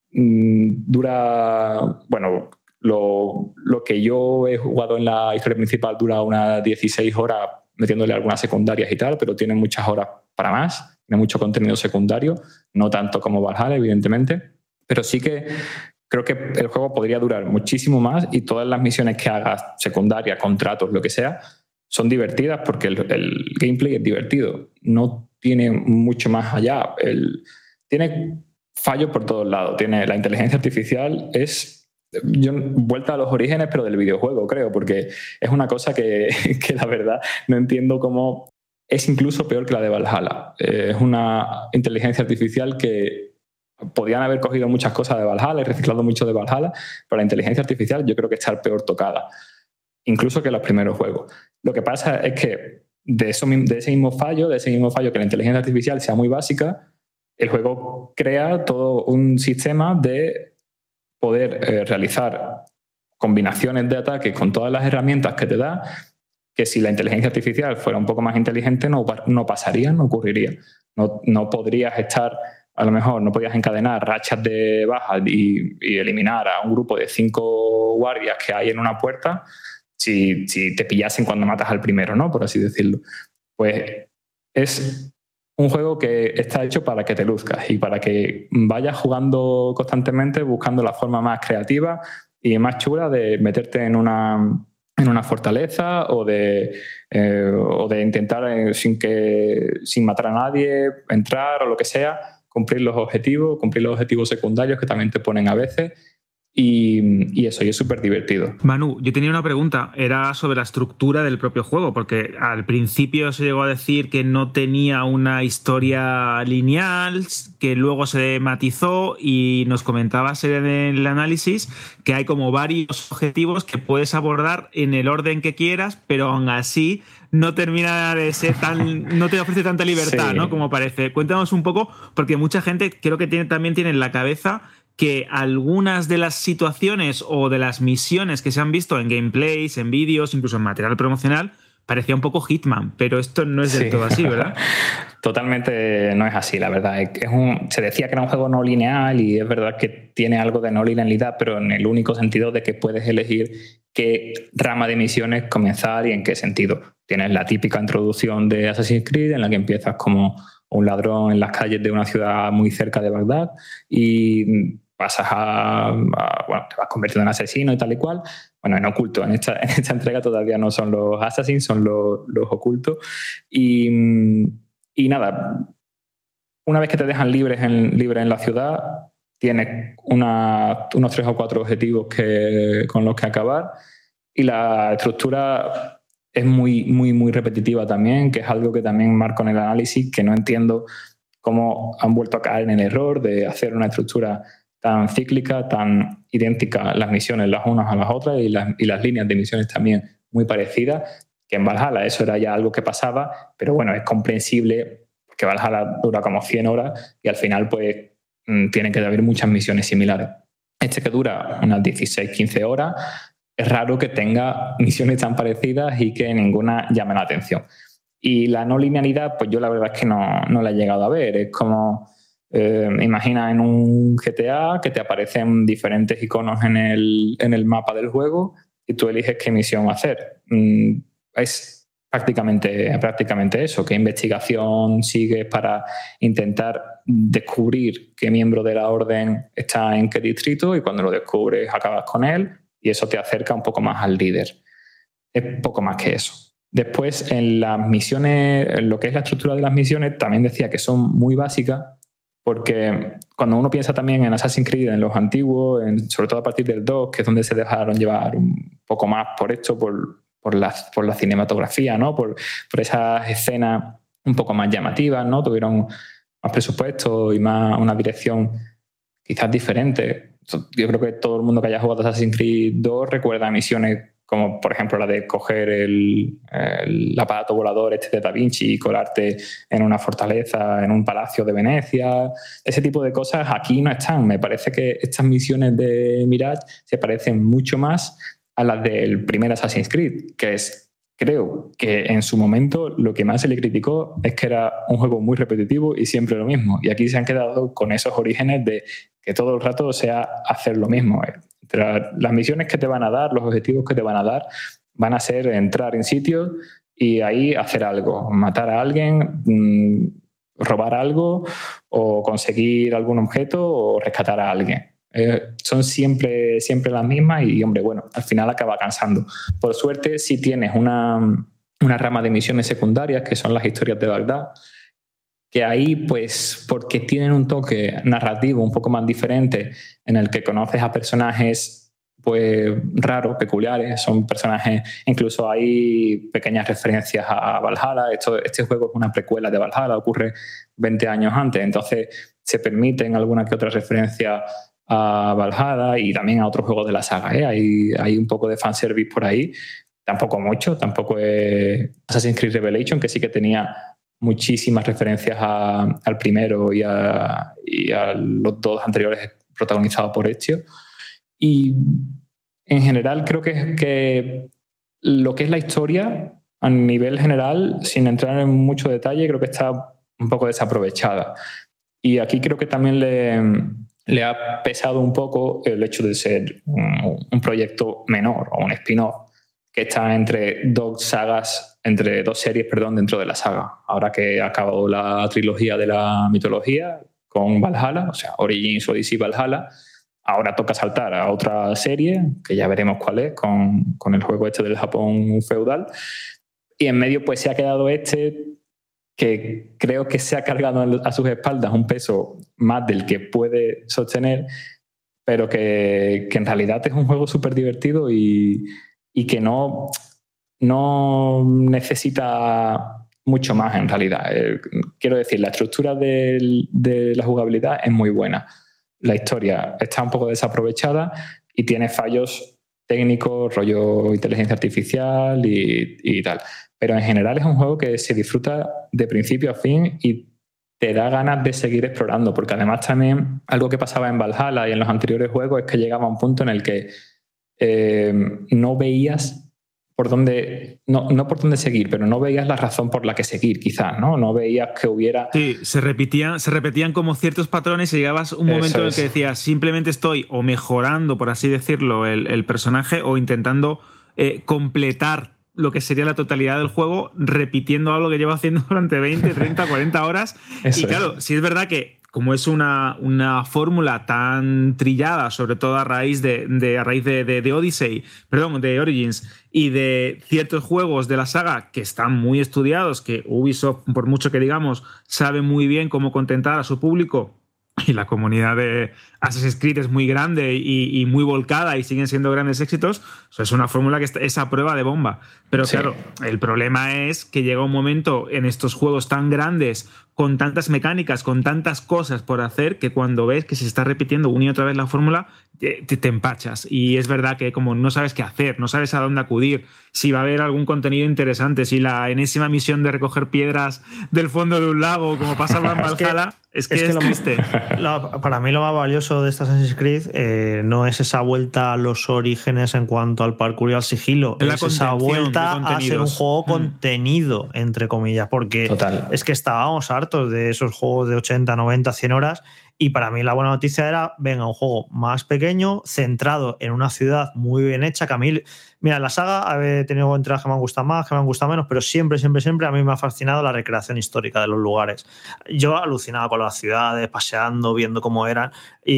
dura... Lo que yo he jugado en la historia principal dura unas 16 horas metiéndole algunas secundarias y tal, pero tiene muchas horas para más, tiene mucho contenido secundario, no tanto como Valhalla, evidentemente, pero sí que creo que el juego podría durar muchísimo más y todas las misiones que hagas, secundarias, contratos, lo que sea, son divertidas porque el gameplay es divertido, no tiene mucho más allá, tiene fallos por todos lados, tiene la inteligencia artificial, vuelta a los orígenes, pero del videojuego, creo, porque es una cosa que la verdad no entiendo cómo es incluso peor que la de Valhalla. Es una inteligencia artificial que podían haber cogido muchas cosas de Valhalla y reciclado mucho de Valhalla, pero la inteligencia artificial yo creo que está peor tocada, incluso que los primeros juegos. Lo que pasa es que de ese mismo fallo que la inteligencia artificial sea muy básica, el juego crea todo un sistema de poder realizar combinaciones de ataque con todas las herramientas que te da, que si la inteligencia artificial fuera un poco más inteligente no pasaría, no ocurriría. No podrías estar, a lo mejor no podías encadenar rachas de bajas y eliminar a un grupo de 5 guardias que hay en una puerta si te pillasen cuando matas al primero, ¿no? Por así decirlo. Pues es un juego que está hecho para que te luzcas y para que vayas jugando constantemente buscando la forma más creativa y más chula de meterte en una en una fortaleza o de intentar sin matar a nadie, entrar o lo que sea, cumplir los objetivos secundarios que también te ponen a veces. Y eso, y es súper divertido. Manu, yo tenía una pregunta, era sobre la estructura del propio juego, porque al principio se llegó a decir que no tenía una historia lineal, que luego se matizó, y nos comentabas en el análisis que hay como varios objetivos que puedes abordar en el orden que quieras, pero aún así no termina de ser no te ofrece tanta libertad, sí, ¿no? Como parece. Cuéntanos un poco, porque mucha gente creo que también tiene en la cabeza que algunas de las situaciones o de las misiones que se han visto en gameplays, en vídeos, incluso en material promocional, parecía un poco Hitman, pero esto no es del todo así, ¿verdad? Totalmente no es así, la verdad. Se decía que era un juego no lineal y es verdad que tiene algo de no linealidad, pero en el único sentido de que puedes elegir qué rama de misiones comenzar y en qué sentido. Tienes la típica introducción de Assassin's Creed en la que empiezas como un ladrón en las calles de una ciudad muy cerca de Bagdad y pasas bueno, te vas convirtiendo en asesino y tal y cual. Bueno, en oculto. En esta entrega todavía no son los assassins, son los ocultos. Y nada, una vez que te dejan libre en la ciudad, tienes unos 3 o 4 objetivos con los que acabar. Y la estructura es muy, muy, muy repetitiva también, que es algo que también marco en el análisis, que no entiendo cómo han vuelto a caer en el error de hacer una estructura tan cíclica, tan idéntica las misiones las unas a las otras y las líneas de misiones también muy parecidas, que en Valhalla eso era ya algo que pasaba, pero bueno, es comprensible porque Valhalla dura como 100 horas y al final pues tienen que haber muchas misiones similares. Que dura unas 16-15 horas, es raro que tenga misiones tan parecidas y que ninguna llame la atención. Y la no linealidad, pues yo la verdad es que no la he llegado a ver. Es como... imagina en un GTA que te aparecen diferentes iconos en el mapa del juego y tú eliges qué misión hacer. Es prácticamente eso, qué investigación sigues para intentar descubrir qué miembro de la orden está en qué distrito y cuando lo descubres acabas con él y eso te acerca un poco más al líder. Es poco más que eso. Después en las misiones, en lo que es la estructura de las misiones, también decía que son muy básicas. Porque cuando uno piensa también en Assassin's Creed, en los antiguos, sobre todo a partir del 2, que es donde se dejaron llevar un poco más por esto, por la cinematografía, ¿no? Por esas escenas un poco más llamativas, ¿no? Tuvieron más presupuesto y una dirección quizás diferente. Yo creo que todo el mundo que haya jugado Assassin's Creed 2 recuerda misiones como por ejemplo la de coger el aparato volador de Da Vinci y colarte en una fortaleza, en un palacio de Venecia. Ese tipo de cosas aquí no están. Me parece que estas misiones de Mirage se parecen mucho más a las del primer Assassin's Creed, que creo que en su momento lo que más se le criticó es que era un juego muy repetitivo y siempre lo mismo. Y aquí se han quedado con esos orígenes de que todo el rato sea hacer lo mismo. Las misiones que te van a dar, los objetivos que te van a dar, van a ser entrar en sitios y ahí hacer algo, matar a alguien, robar algo o conseguir algún objeto o rescatar a alguien. Son siempre las mismas y, hombre, bueno, al final acaba cansando. Por suerte, sí tienes una rama de misiones secundarias que son las historias de Bagdad, que ahí, pues, porque tienen un toque narrativo un poco más diferente en el que conoces a personajes, pues, raros, peculiares. Son personajes, incluso hay pequeñas referencias a Valhalla. Este juego es una precuela de Valhalla, ocurre 20 años antes, entonces se permiten alguna que otra referencia a Valhalla y también a otros juegos de la saga. Hay un poco de fanservice por ahí, tampoco mucho, tampoco es Assassin's Creed Revelation, que sí que tenía muchísimas referencias al primero y a los 2 anteriores protagonizados por Ezio. Y en general creo que lo que es la historia a nivel general, sin entrar en mucho detalle, creo que está un poco desaprovechada. Y aquí creo que también le ha pesado un poco el hecho de ser un proyecto menor o un spin-off que está entre 2 series, dentro de la saga. Ahora que ha acabado la trilogía de la mitología con Valhalla, o sea, Origins, Odyssey, Valhalla, Ahora toca saltar a otra serie, que ya veremos cuál es, con el juego este del Japón feudal. Y en medio pues se ha quedado que creo que se ha cargado a sus espaldas un peso más del que puede sostener, pero que en realidad es un juego súper divertido y que no necesita mucho más en realidad. Quiero decir, la estructura de la jugabilidad es muy buena. La historia está un poco desaprovechada y tiene fallos técnicos, rollo inteligencia artificial y tal. Pero en general es un juego que se disfruta de principio a fin y te da ganas de seguir explorando, porque además también algo que pasaba en Valhalla y en los anteriores juegos es que llegaba a un punto en el que no veías por dónde, no por dónde seguir, pero no veías la razón por la que seguir, quizás, ¿no? No veías que hubiera... Sí, se repetían como ciertos patrones y llegabas un momento en el que decías, simplemente estoy o mejorando, por así decirlo, el personaje o intentando completar lo que sería la totalidad del juego, repitiendo algo que llevo haciendo durante 20, 30, 40 horas. Y claro, sí es verdad que como es una fórmula tan trillada, sobre todo a raíz de Origins y de ciertos juegos de la saga que están muy estudiados, que Ubisoft, por mucho que digamos, sabe muy bien cómo contentar a su público, y la comunidad de Assassin's Creed es muy grande y muy volcada y siguen siendo grandes éxitos, o sea, es una fórmula que es a prueba de bomba. Pero claro, el problema es que llega un momento en estos juegos tan grandes, con tantas mecánicas, con tantas cosas por hacer, que cuando ves que se está repitiendo una y otra vez la fórmula, te empachas. Y es verdad que como no sabes qué hacer, no sabes a dónde acudir, si va a haber algún contenido interesante, si la enésima misión de recoger piedras del fondo de un lago, como pasa en Valhalla, es triste. Para mí lo más valioso de esta Assassin's Creed no es esa vuelta a los orígenes en cuanto al parkour y al sigilo, es esa vuelta a ser un juego contenido, entre comillas, porque es que estábamos hartos de esos juegos de 80, 90, 100 horas. Y para mí la buena noticia era, venga, un juego más pequeño, centrado en una ciudad muy bien hecha, que a mí, mira, en la saga he tenido entradas que me han gustado más, que me han gustado menos, pero siempre a mí me ha fascinado la recreación histórica de los lugares. Yo alucinaba con las ciudades, paseando, viendo cómo eran,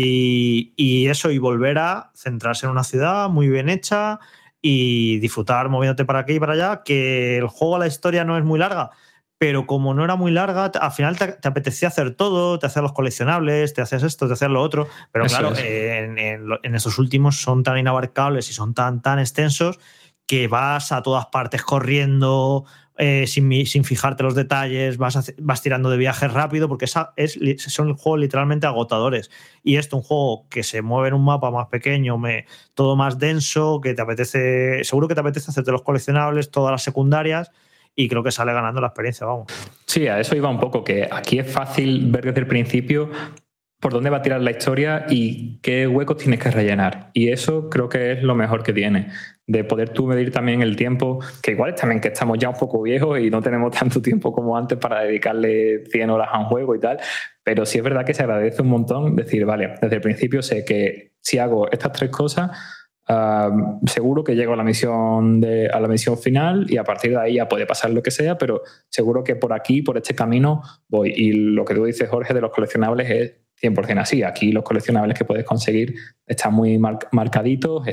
y eso, y volver a centrarse en una ciudad muy bien hecha y disfrutar moviéndote para aquí y para allá, que el juego, la historia no es muy larga, pero como no era muy larga, al final te apetecía hacer todo, te hacías los coleccionables, te hacías esto, te hacías lo otro, pero eso claro, en estos últimos son tan inabarcables y son tan extensos que vas a todas partes corriendo, sin fijarte los detalles, vas tirando de viajes rápido, porque son juegos literalmente agotadores. Y esto, un juego que se mueve en un mapa más pequeño, todo más denso, que seguro que te apetece hacerte los coleccionables, todas las secundarias, y creo que sale ganando la experiencia, vamos. Sí, a eso iba un poco, que aquí es fácil ver desde el principio por dónde va a tirar la historia y qué huecos tienes que rellenar. Y eso creo que es lo mejor que tiene, de poder tú medir también el tiempo, que igual es también que estamos ya un poco viejos y no tenemos tanto tiempo como antes para dedicarle 100 horas a un juego y tal, pero sí es verdad que se agradece un montón decir, vale, desde el principio sé que si hago estas 3 cosas, seguro que llego a la misión final y a partir de ahí ya puede pasar lo que sea, pero seguro que por aquí, por este camino voy. Y lo que tú dices, Jorge, de los coleccionables es 100% así. Aquí los coleccionables que puedes conseguir están muy marcaditos,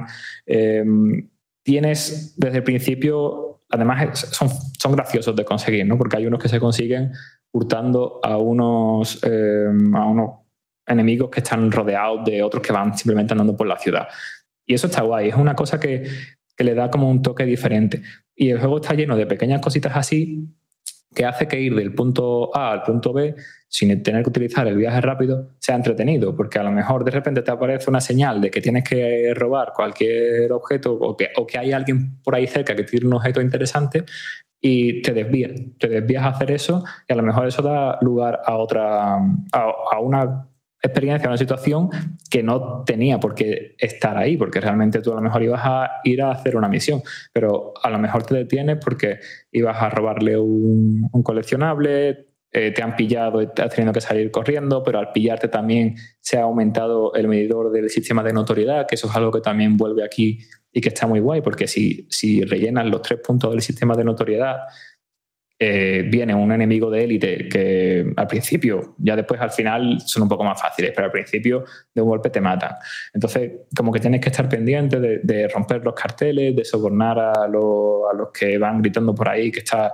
tienes desde el principio, además son graciosos de conseguir, ¿no? Porque hay unos que se consiguen hurtando a unos enemigos que están rodeados de otros que van simplemente andando por la ciudad. Y eso está guay, es una cosa que le da como un toque diferente. Y el juego está lleno de pequeñas cositas así que hace que ir del punto A al punto B sin tener que utilizar el viaje rápido sea entretenido, porque a lo mejor de repente te aparece una señal de que tienes que robar cualquier objeto o que hay alguien por ahí cerca que tiene un objeto interesante y te desvías a hacer eso, y a lo mejor eso da lugar a una experiencia, una situación que no tenía por qué estar ahí, porque realmente tú a lo mejor ibas a ir a hacer una misión, pero a lo mejor te detienes porque ibas a robarle un coleccionable, te han pillado y has tenido que salir corriendo, pero al pillarte también se ha aumentado el medidor del sistema de notoriedad, que eso es algo que también vuelve aquí y que está muy guay, porque si rellenas los 3 puntos del sistema de notoriedad, viene un enemigo de élite que al principio, ya después al final son un poco más fáciles, pero al principio de un golpe te matan. Entonces, como que tienes que estar pendiente de romper los carteles, de sobornar a los que van gritando por ahí que estás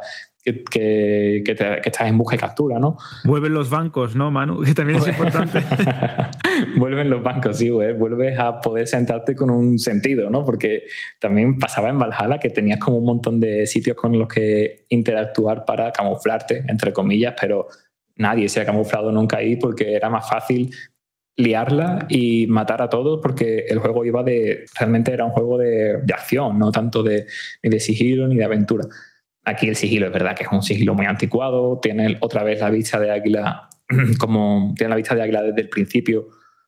en busca y captura, ¿no? Vuelven los bancos, ¿no, Manu? Que también es importante. Vuelven los bancos, sí, güey. Vuelves a poder sentarte con un sentido, ¿no? Porque también pasaba en Valhalla que tenías como un montón de sitios con los que interactuar para camuflarte, entre comillas, pero nadie se ha camuflado nunca ahí porque era más fácil liarla y matar a todos, porque el juego realmente era un juego de acción, no tanto ni de sigilo ni de aventura. Aquí el sigilo es verdad que es un sigilo muy anticuado, tiene otra vez la vista de águila, como tiene la vista de águila desde el principio,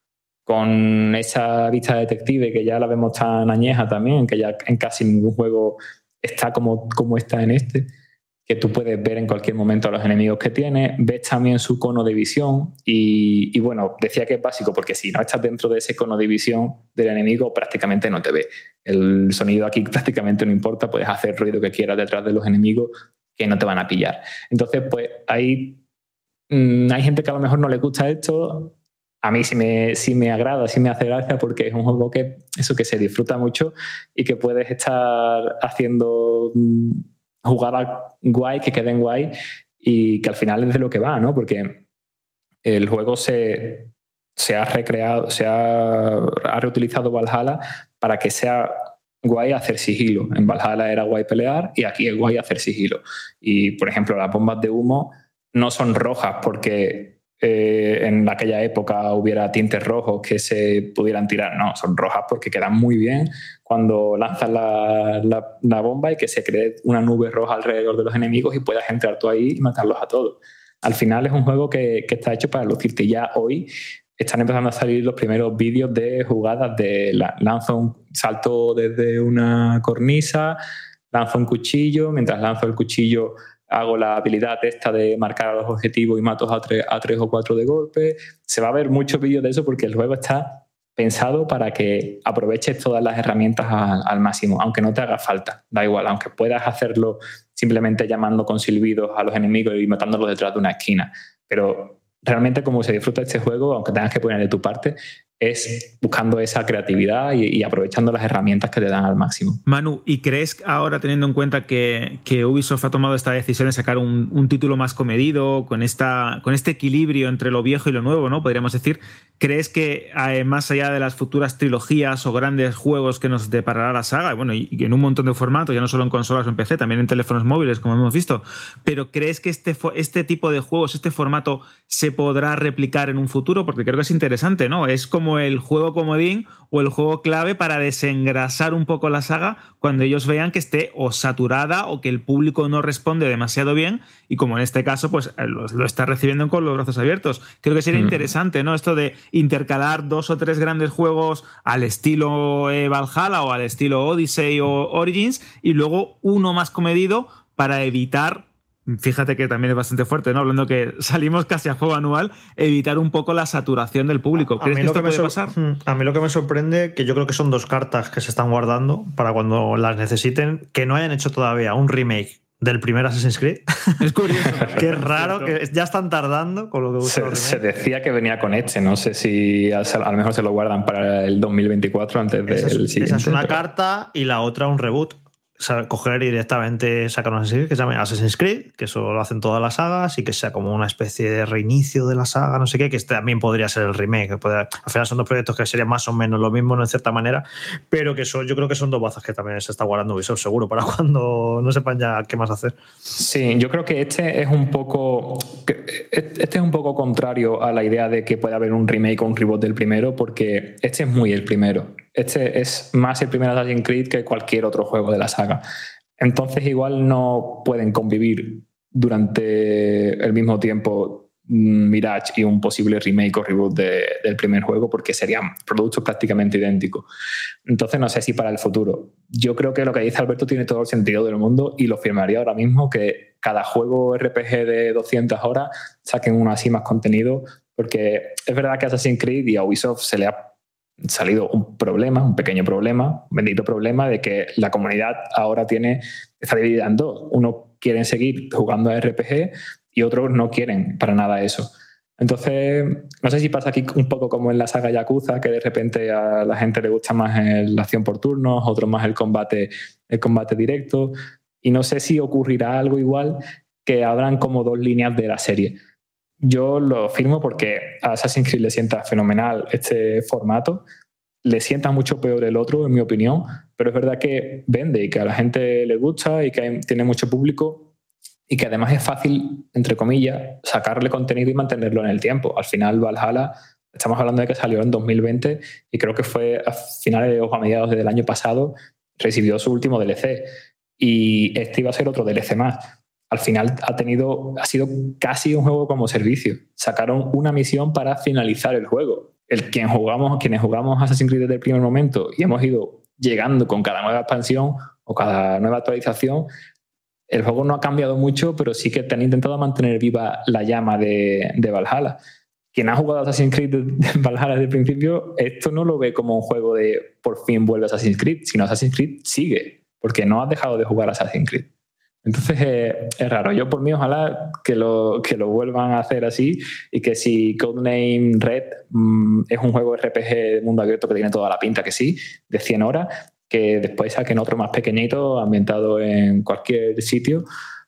con esa vista de detective que ya la vemos tan añeja también, que ya en casi ningún juego está como está en este, que tú puedes ver en cualquier momento a los enemigos que tiene, ves también su cono de visión y bueno, decía que es básico porque si no estás dentro de ese cono de visión del enemigo prácticamente no te ve. El sonido aquí prácticamente no importa, puedes hacer el ruido que quieras detrás de los enemigos que no te van a pillar. Entonces, pues hay gente que a lo mejor no le gusta esto. A mí sí me agrada, sí me hace gracia porque es un juego que se disfruta mucho y que puedes estar haciendo jugadas guay, que queden guay y que al final es de lo que va, ¿no? Porque el juego se ha recreado, ha reutilizado Valhalla para que sea guay hacer sigilo. En Valhalla era guay pelear y aquí es guay hacer sigilo. Y, por ejemplo, las bombas de humo no son rojas porque en aquella época hubiera tintes rojos que se pudieran tirar. No, son rojas porque quedan muy bien cuando lanzas la bomba y que se cree una nube roja alrededor de los enemigos y puedas entrar tú ahí y matarlos a todos. Al final es un juego que está hecho para lucirte. Ya hoy están empezando a salir los primeros vídeos de jugadas de lanzo un salto desde una cornisa, lanzo un cuchillo, mientras lanzo el cuchillo hago la habilidad esta de marcar a los objetivos y mato a 3 o 4 de golpe. Se va a ver muchos vídeos de eso porque el juego está pensado para que aproveches todas las herramientas al máximo, aunque no te haga falta, da igual, aunque puedas hacerlo simplemente llamando con silbidos a los enemigos y matándolos detrás de una esquina. Pero realmente como se disfruta este juego, aunque tengas que poner de tu parte, es buscando esa creatividad y aprovechando las herramientas que te dan al máximo. Manu, ¿y crees ahora, teniendo en cuenta que Ubisoft ha tomado esta decisión de sacar un título más comedido, con este equilibrio entre lo viejo y lo nuevo, ¿no? Podríamos decir, ¿crees que más allá de las futuras trilogías o grandes juegos que nos deparará la saga, y en un montón de formatos, ya no solo en consolas o en PC, también en teléfonos móviles, como hemos visto, pero crees que este tipo de juegos, este formato, se podrá replicar en un futuro? Porque creo que es interesante, ¿no? Es como el juego comodín o el juego clave para desengrasar un poco la saga cuando ellos vean que esté o saturada o que el público no responde demasiado bien, y como en este caso pues lo está recibiendo con los brazos abiertos. Creo que sería interesante, ¿no? Esto de intercalar 2 o 3 grandes juegos al estilo Valhalla o al estilo Odyssey o Origins y luego uno más comedido para evitar, fíjate que también es bastante fuerte, ¿no? Hablando que salimos casi a juego anual, evitar un poco la saturación del público. ¿Crees que esto puede pasar? A mí lo que me sorprende, que yo creo que son 2 cartas que se están guardando para cuando las necesiten, que no hayan hecho todavía un remake del primer Assassin's Creed. Es curioso. Qué raro, que ya están tardando con lo que se decía que venía con este, no sé si a lo mejor se lo guardan para el 2024 antes del siguiente. Esa es una carta y la otra un reboot. O sea, coger y directamente sacar un Assassin's Creed que se llame Assassin's Creed, que eso lo hacen todas las sagas, y que sea como una especie de reinicio de la saga, no sé qué, que también podría ser el remake. Al final son 2 proyectos que serían más o menos lo mismo, ¿no? En cierta manera, pero que yo creo que son 2 bazas que también se está guardando Ubisoft, seguro, para cuando no sepan ya qué más hacer. Sí, yo creo que este es un poco contrario a la idea de que puede haber un remake o un reboot del primero, porque este es muy el primero. Este es más el primer Assassin's Creed que cualquier otro juego de la saga. Entonces igual no pueden convivir durante el mismo tiempo Mirage y un posible remake o reboot del primer juego, porque serían productos prácticamente idénticos. Entonces no sé si para el futuro. Yo creo que lo que dice Alberto tiene todo el sentido del mundo y lo firmaría ahora mismo, que cada juego RPG de 200 horas saquen uno así más contenido, porque es verdad que a Assassin's Creed y a Ubisoft se le ha salido un problema, un pequeño problema, un bendito problema de que la comunidad ahora está dividida en dos. Unos quieren seguir jugando a RPG y otros no quieren para nada eso. Entonces, no sé si pasa aquí un poco como en la saga Yakuza, que de repente a la gente le gusta más la acción por turnos, otros más el combate directo, y no sé si ocurrirá algo igual, que habrán como dos líneas de la serie. Yo lo firmo porque a Assassin's Creed le sienta fenomenal este formato, le sienta mucho peor el otro, en mi opinión, pero es verdad que vende y que a la gente le gusta y que tiene mucho público, y que además es fácil, entre comillas, sacarle contenido y mantenerlo en el tiempo. Al final, Valhalla, estamos hablando de que salió en 2020 y creo que fue a finales o a mediados del año pasado, recibió su último DLC y este iba a ser otro DLC más. Al final ha sido casi un juego como servicio. Sacaron una misión para finalizar el juego. Quienes jugamos Assassin's Creed desde el primer momento y hemos ido llegando con cada nueva expansión o cada nueva actualización, el juego no ha cambiado mucho, pero sí que te han intentado mantener viva la llama de Valhalla. Quien ha jugado Assassin's Creed de Valhalla desde el principio, esto no lo ve como un juego de por fin vuelve Assassin's Creed, sino Assassin's Creed sigue, porque no has dejado de jugar Assassin's Creed. Entonces es raro. Yo por mí ojalá que lo vuelvan a hacer así, y que si Codename Red es un juego RPG de mundo abierto que tiene toda la pinta que sí, de 100 horas, que después saquen otro más pequeñito, ambientado en cualquier sitio,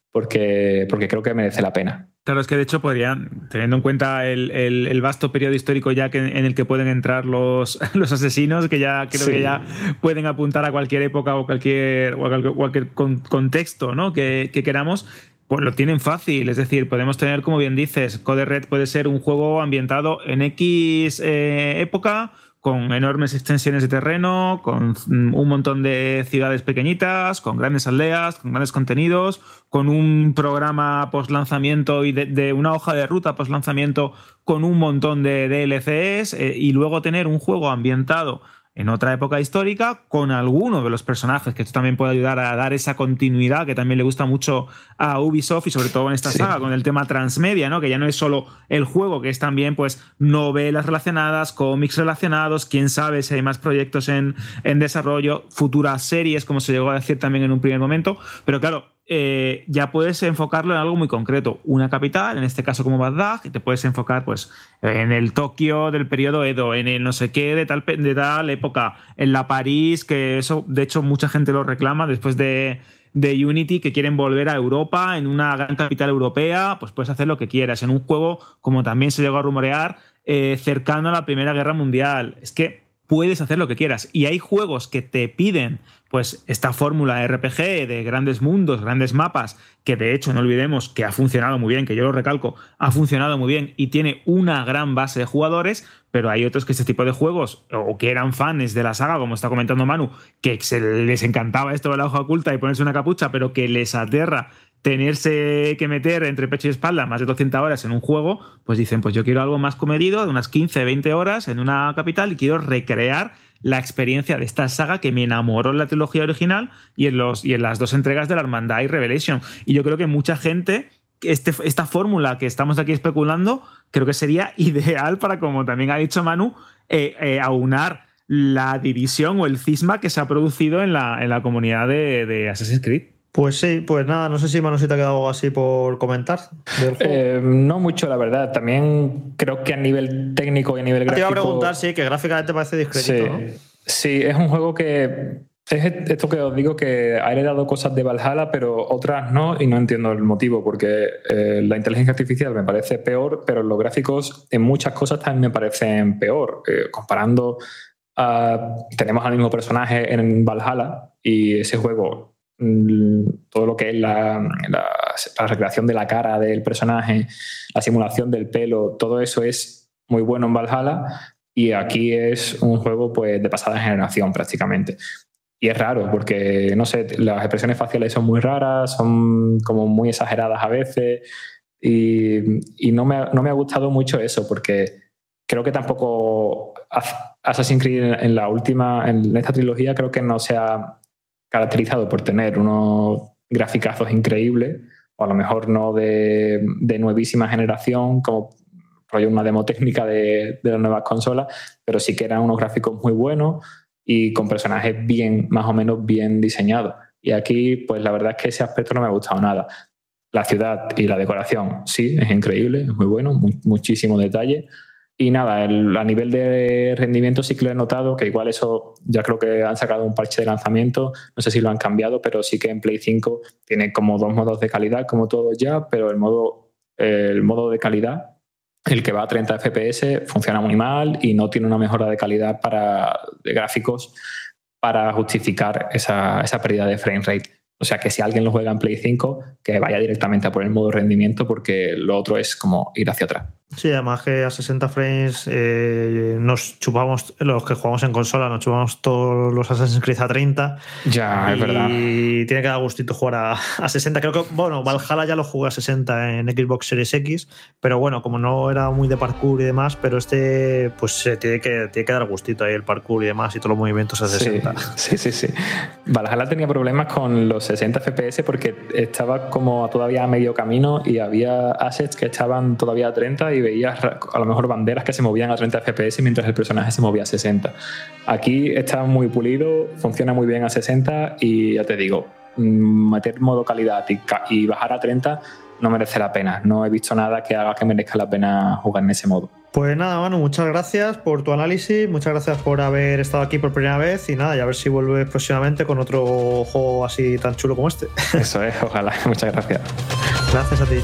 porque creo que merece la pena. Claro, es que de hecho podrían, teniendo en cuenta el vasto periodo histórico ya en el que pueden entrar los asesinos, que ya creo que ya pueden apuntar a cualquier época o cualquier contexto, ¿no? que queramos, pues lo tienen fácil. Es decir, podemos tener, como bien dices, Code Red puede ser un juego ambientado en X época, con enormes extensiones de terreno, con un montón de ciudades pequeñitas, con grandes aldeas, con grandes contenidos, con un programa post-lanzamiento y de una hoja de ruta post-lanzamiento con un montón de DLCs, y luego tener un juego ambientado en otra época histórica con alguno de los personajes, que esto también puede ayudar a dar esa continuidad que también le gusta mucho a Ubisoft, y sobre todo en esta saga, con el tema transmedia, ¿no? Que ya no es solo el juego, que es también pues novelas relacionadas, cómics relacionados, quién sabe si hay más proyectos en desarrollo, futuras series, como se llegó a decir también en un primer momento. Pero claro, ya puedes enfocarlo en algo muy concreto, una capital, en este caso como Bagdad, y te puedes enfocar pues en el Tokio del periodo Edo, en el no sé qué de tal época, en la París, que eso de hecho mucha gente lo reclama después de Unity, que quieren volver a Europa, en una gran capital europea. Pues puedes hacer lo que quieras en un juego, como también se llegó a rumorear, cercano a la Primera Guerra Mundial. Es que puedes hacer lo que quieras, y hay juegos que te piden pues esta fórmula RPG de grandes mundos, grandes mapas, que de hecho no olvidemos que ha funcionado muy bien, que yo lo recalco, ha funcionado muy bien y tiene una gran base de jugadores. Pero hay otros que este tipo de juegos, o que eran fans de la saga, como está comentando Manu, que les encantaba esto de la hoja oculta y ponerse una capucha, pero que les aterra tenerse que meter entre pecho y espalda más de 200 horas en un juego, pues dicen, pues yo quiero algo más comedido, de unas 15, 20 horas en una capital, y quiero recrear la experiencia de esta saga que me enamoró en la trilogía original y en las dos entregas de la Hermandad y Revelation. Y yo creo que mucha gente, esta fórmula que estamos aquí especulando, creo que sería ideal para, como también ha dicho Manu, aunar la división o el cisma que se ha producido en la comunidad de Assassin's Creed. Pues sí, pues nada, no sé si Manu, si te ha quedado algo así por comentar del juego. No mucho, la verdad. También creo que a nivel técnico y a nivel gráfico... Te iba a preguntar, sí, que gráficamente parece discretito, ¿no? Sí, es un juego que... Es esto que os digo, que ha heredado cosas de Valhalla, pero otras no, y no entiendo el motivo, porque la inteligencia artificial me parece peor, pero los gráficos en muchas cosas también me parecen peor. Comparando, tenemos al mismo personaje en Valhalla, y ese juego, todo lo que es la recreación de la cara del personaje, la simulación del pelo, todo eso es muy bueno en Valhalla, y aquí es un juego pues de pasada generación prácticamente. Y es raro porque, no sé, las expresiones faciales son muy raras, son como muy exageradas a veces, y no me ha gustado mucho eso, porque creo que tampoco Assassin's Creed en esta trilogía creo que no se ha caracterizado por tener unos graficazos increíbles, o a lo mejor no de nuevísima generación, como rollo una demo técnica de las nuevas consolas, pero sí que eran unos gráficos muy buenos y con personajes más o menos bien diseñados. Y aquí, pues la verdad es que ese aspecto no me ha gustado nada. La ciudad y la decoración, sí, es increíble, es muy bueno, muchísimo detalle. Y nada, a nivel de rendimiento sí que lo he notado, que igual eso ya creo que han sacado un parche de lanzamiento, no sé si lo han cambiado, pero sí que en Play 5 tiene como 2 modos de calidad, como todos ya, pero el modo de calidad, el que va a 30 FPS, funciona muy mal y no tiene una mejora de calidad de gráficos para justificar esa pérdida de frame rate. O sea que si alguien lo juega en Play 5, que vaya directamente a por el modo rendimiento, porque lo otro es como ir hacia atrás. Sí, además que a 60 frames nos chupamos, los que jugamos en consola, nos chupamos todos los Assassin's Creed a 30. Ya, es verdad. Y tiene que dar gustito jugar a 60. Creo que, bueno, Valhalla ya lo jugué a 60 en Xbox Series X, pero bueno, como no era muy de parkour y demás, pero pues tiene que dar gustito ahí el parkour y demás y todos los movimientos a 60. Sí. Valhalla tenía problemas con los 60 FPS porque estaba como todavía a medio camino y había assets que estaban todavía a 30 y veías a lo mejor banderas que se movían a 30 FPS mientras el personaje se movía a 60. Aquí está muy pulido, funciona muy bien a 60 y ya te digo, meter modo calidad y bajar a 30 no merece la pena. No he visto nada que haga que merezca la pena jugar en ese modo. Pues nada, Manu, muchas gracias por tu análisis, muchas gracias por haber estado aquí por primera vez y nada, y a ver si vuelves próximamente con otro juego así tan chulo como este. Eso es, ojalá. Muchas gracias. Gracias a ti.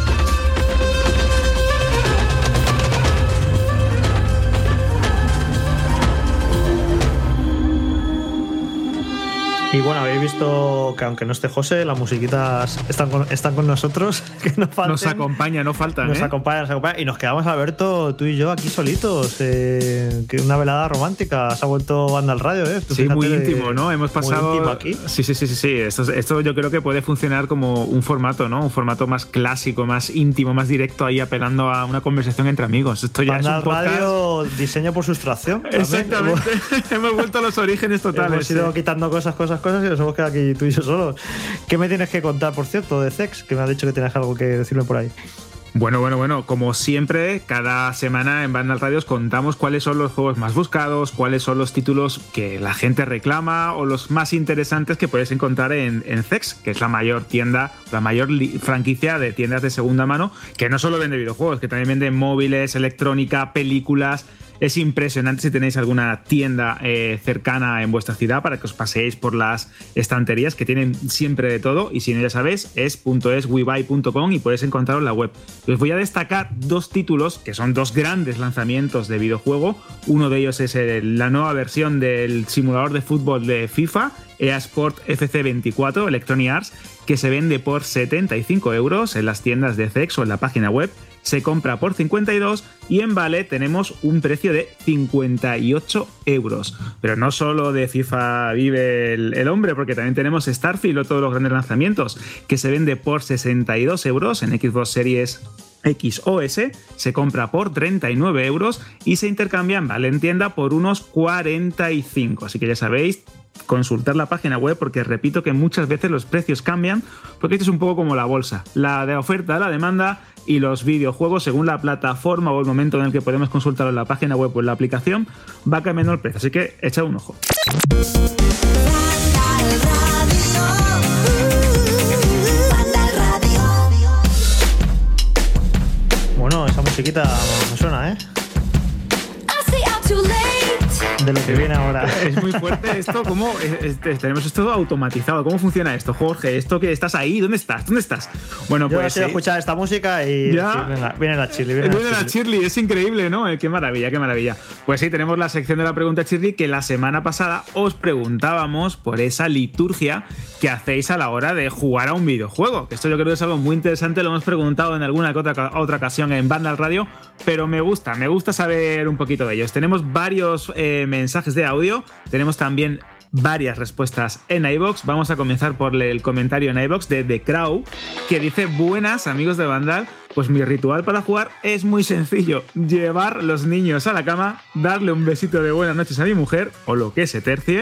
Y bueno, habéis visto que aunque no esté José, las musiquitas están con nosotros, que no falten. Nos acompaña, no faltan. Nos acompaña. Y nos quedamos, Alberto, tú y yo aquí solitos. Que una velada romántica. Se ha vuelto Banda al Radio, ¿eh? Sí, muy íntimo, ¿no? Hemos pasado. Muy íntimo aquí. Sí. Esto yo creo que puede funcionar como un formato, ¿no? Un formato más clásico, más íntimo, más directo, ahí apelando a una conversación entre amigos. Esto ya Banda es un podcast. Radio, diseño por sustracción. Exactamente. Hemos vuelto a los orígenes totales. Hemos ido quitando cosas y nos hemos quedado aquí tú y yo solos. ¿Qué me tienes que contar, por cierto, de Zex? Que me has dicho que tienes algo que decirme por ahí. Bueno, como siempre, cada semana en Vandal Radio os contamos cuáles son los juegos más buscados, cuáles son los títulos que la gente reclama o los más interesantes que puedes encontrar en Zex, que es la mayor tienda, la mayor franquicia de tiendas de segunda mano, que no solo vende videojuegos, que también vende móviles, electrónica, películas. Es impresionante si tenéis alguna tienda cercana en vuestra ciudad para que os paseéis por las estanterías que tienen siempre de todo, y si no ya sabéis es .eswebuy.com y podéis encontrarlo en la web. Os voy a destacar dos títulos que son dos grandes lanzamientos de videojuego. Uno de ellos es la nueva versión del simulador de fútbol de FIFA, EA Sport FC 24 Electronic Arts, que se vende por 75 € en las tiendas de Zex o en la página web. Se compra por 52 y en Vale tenemos un precio de 58 €. Pero no solo de FIFA vive el hombre, porque también tenemos Starfield o todos los grandes lanzamientos, que se vende por 62 € en Xbox Series X o S, se compra por 39 € y se intercambia en Vale en tienda por unos 45. Así que ya sabéis, consultar la página web, porque repito que muchas veces los precios cambian, porque esto es un poco como la bolsa, la de oferta, la demanda, y los videojuegos, según la plataforma o el momento en el que podemos consultarlo en la página web o en la aplicación, va cambiando el precio, así que echad un ojo. Bueno, esa musiquita me suena, ¿eh? De lo que viene ahora. Es muy fuerte esto. ¿Cómo tenemos esto automatizado? ¿Cómo funciona esto, Jorge? ¿Esto que estás ahí? ¿Dónde estás? Bueno, yo pues he escuchado esta música y ya sí, venga, viene la Shirley. Viene la Shirley, es increíble, ¿no? Qué maravilla, qué maravilla. Pues sí, tenemos la sección de la pregunta Shirley, que la semana pasada os preguntábamos por esa liturgia que hacéis a la hora de jugar a un videojuego. Esto yo creo que es algo muy interesante, lo hemos preguntado en alguna otra ocasión en Vandal Radio, pero me gusta saber un poquito de ellos. Tenemos varios mensajes de audio, tenemos también varias respuestas en iVoox. Vamos a comenzar por el comentario en iVoox de The Crow, que dice: buenas amigos de Vandal, pues mi ritual para jugar es muy sencillo: llevar los niños a la cama, darle un besito de buenas noches a mi mujer o lo que se tercie,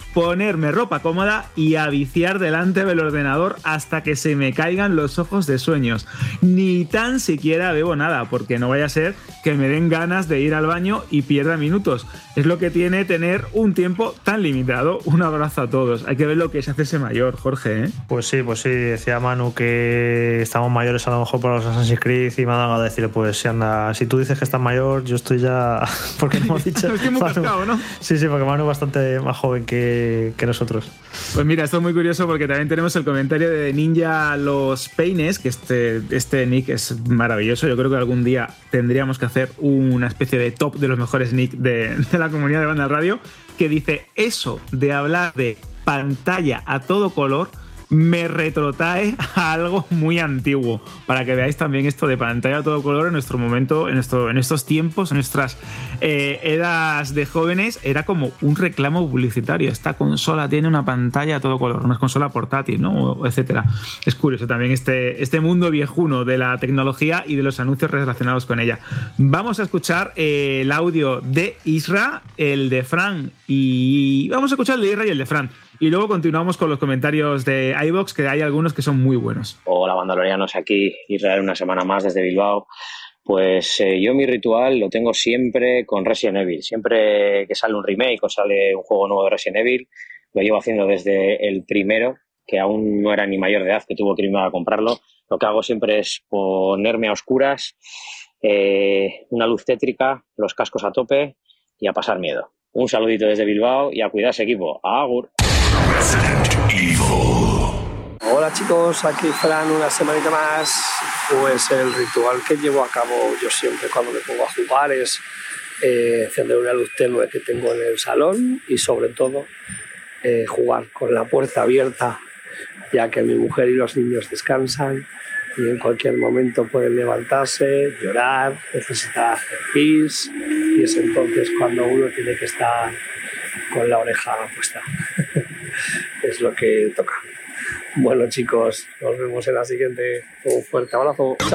ponerme ropa cómoda y a viciar delante del ordenador hasta que se me caigan los ojos de sueños. Ni tan siquiera bebo nada, porque no vaya a ser que me den ganas de ir al baño y pierda minutos. Es lo que tiene tener un tiempo tan limitado. Un abrazo a todos. Hay que ver lo que es hacerse mayor, Jorge, ¿eh? Pues sí, decía Manu que estamos mayores a lo mejor por los Assassin's Creed y me ha dado a decir, pues si anda, si tú dices que estás mayor, yo estoy ya... porque no hemos dicho... Estoy muy cascado, ¿no? Sí, porque Manu es bastante más joven que nosotros. Pues mira, esto es muy curioso porque también tenemos el comentario de Ninja Los Peines, que este nick es maravilloso. Yo creo que algún día tendríamos que hacer una especie de top de los mejores nick de la comunidad de Banda Radio, que dice: eso de hablar de pantalla a todo color me retrotrae a algo muy antiguo, para que veáis también esto de pantalla a todo color en nuestro momento, en estos tiempos, en nuestras eras de jóvenes, era como un reclamo publicitario. Esta consola tiene una pantalla a todo color, una consola portátil, ¿no? Etcétera. Es curioso también este mundo viejuno de la tecnología y de los anuncios relacionados con ella. Vamos a escuchar el audio de Isra, el de Fran, y vamos a escuchar el de Isra y el de Fran. Y luego continuamos con los comentarios de iVoox, que hay algunos que son muy buenos. Hola, bandalorianos, aquí Israel, una semana más desde Bilbao. Pues yo mi ritual lo tengo siempre con Resident Evil. Siempre que sale un remake o sale un juego nuevo de Resident Evil, lo llevo haciendo desde el primero, que aún no era ni mayor de edad, que tuvo que irme a comprarlo. Lo que hago siempre es ponerme a oscuras, una luz tétrica, los cascos a tope y a pasar miedo. Un saludito desde Bilbao y a cuidarse, equipo. Agur. Hola chicos, aquí Fran, una semanita más. Pues el ritual que llevo a cabo yo siempre cuando me pongo a jugar es encender una luz tenue que tengo en el salón y sobre todo jugar con la puerta abierta, ya que mi mujer y los niños descansan y en cualquier momento pueden levantarse, llorar, necesitar hacer pis, y es entonces cuando uno tiene que estar con la oreja puesta. Es lo que toca. Bueno chicos, nos vemos en la siguiente. Un fuerte abrazo. Chao.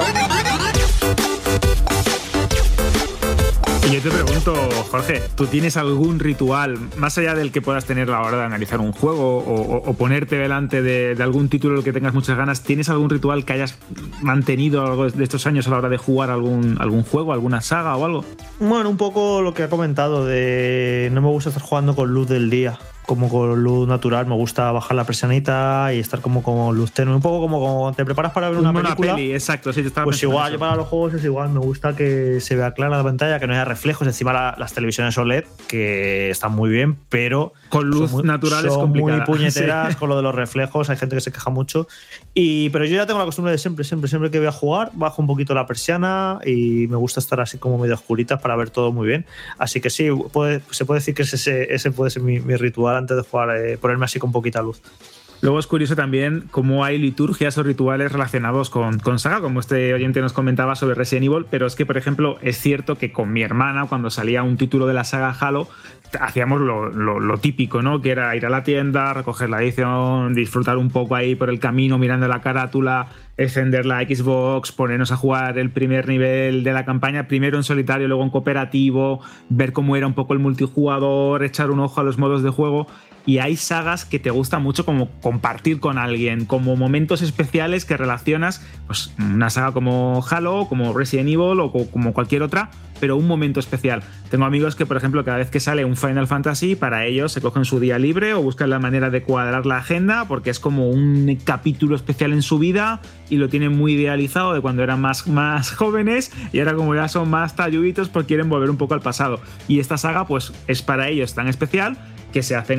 Y yo te pregunto, Jorge, ¿tú tienes algún ritual, más allá del que puedas tener a la hora de analizar un juego o ponerte delante de algún título del que tengas muchas ganas? ¿Tienes algún ritual que hayas mantenido a lo largo de estos años a la hora de jugar algún juego, alguna saga o algo? Bueno, un poco lo que ha comentado de no me gusta estar jugando con luz del día, como con luz natural. Me gusta bajar la persianita y estar como con luz tenue, un poco como cuando te preparas para ver una película. Peli, exacto, sí, te estaba pues igual, yo para los juegos es igual, me gusta que se vea clara la pantalla, que no haya reflejos. Encima las televisiones OLED, que están muy bien, pero con luz natural es complicado. Muy puñeteras, sí. Con lo de los reflejos, hay gente que se queja mucho. Pero yo ya tengo la costumbre de siempre que voy a jugar, bajo un poquito la persiana y me gusta estar así como medio oscuritas para ver todo muy bien. Así que sí, se puede decir que ese puede ser mi ritual antes de jugar, ponerme así con poquita luz. Luego es curioso también cómo hay liturgias o rituales relacionados con saga, como este oyente nos comentaba sobre Resident Evil, pero es que, por ejemplo, es cierto que con mi hermana, cuando salía un título de la saga Halo, hacíamos lo típico, ¿no? Que era ir a la tienda, recoger la edición, disfrutar un poco ahí por el camino mirando la carátula, encender la Xbox, ponernos a jugar el primer nivel de la campaña, primero en solitario, luego en cooperativo, ver cómo era un poco el multijugador, echar un ojo a los modos de juego. Y hay sagas que te gusta mucho como compartir con alguien, como momentos especiales que relacionas, pues una saga como Halo, como Resident Evil o como cualquier otra, pero un momento especial. Tengo amigos que, por ejemplo, cada vez que sale un Final Fantasy, para ellos se cogen su día libre o buscan la manera de cuadrar la agenda, porque es como un capítulo especial en su vida y lo tienen muy idealizado de cuando eran más jóvenes, y ahora como ya son más talluditos, pues quieren volver un poco al pasado. Y esta saga pues es para ellos tan especial que se hacen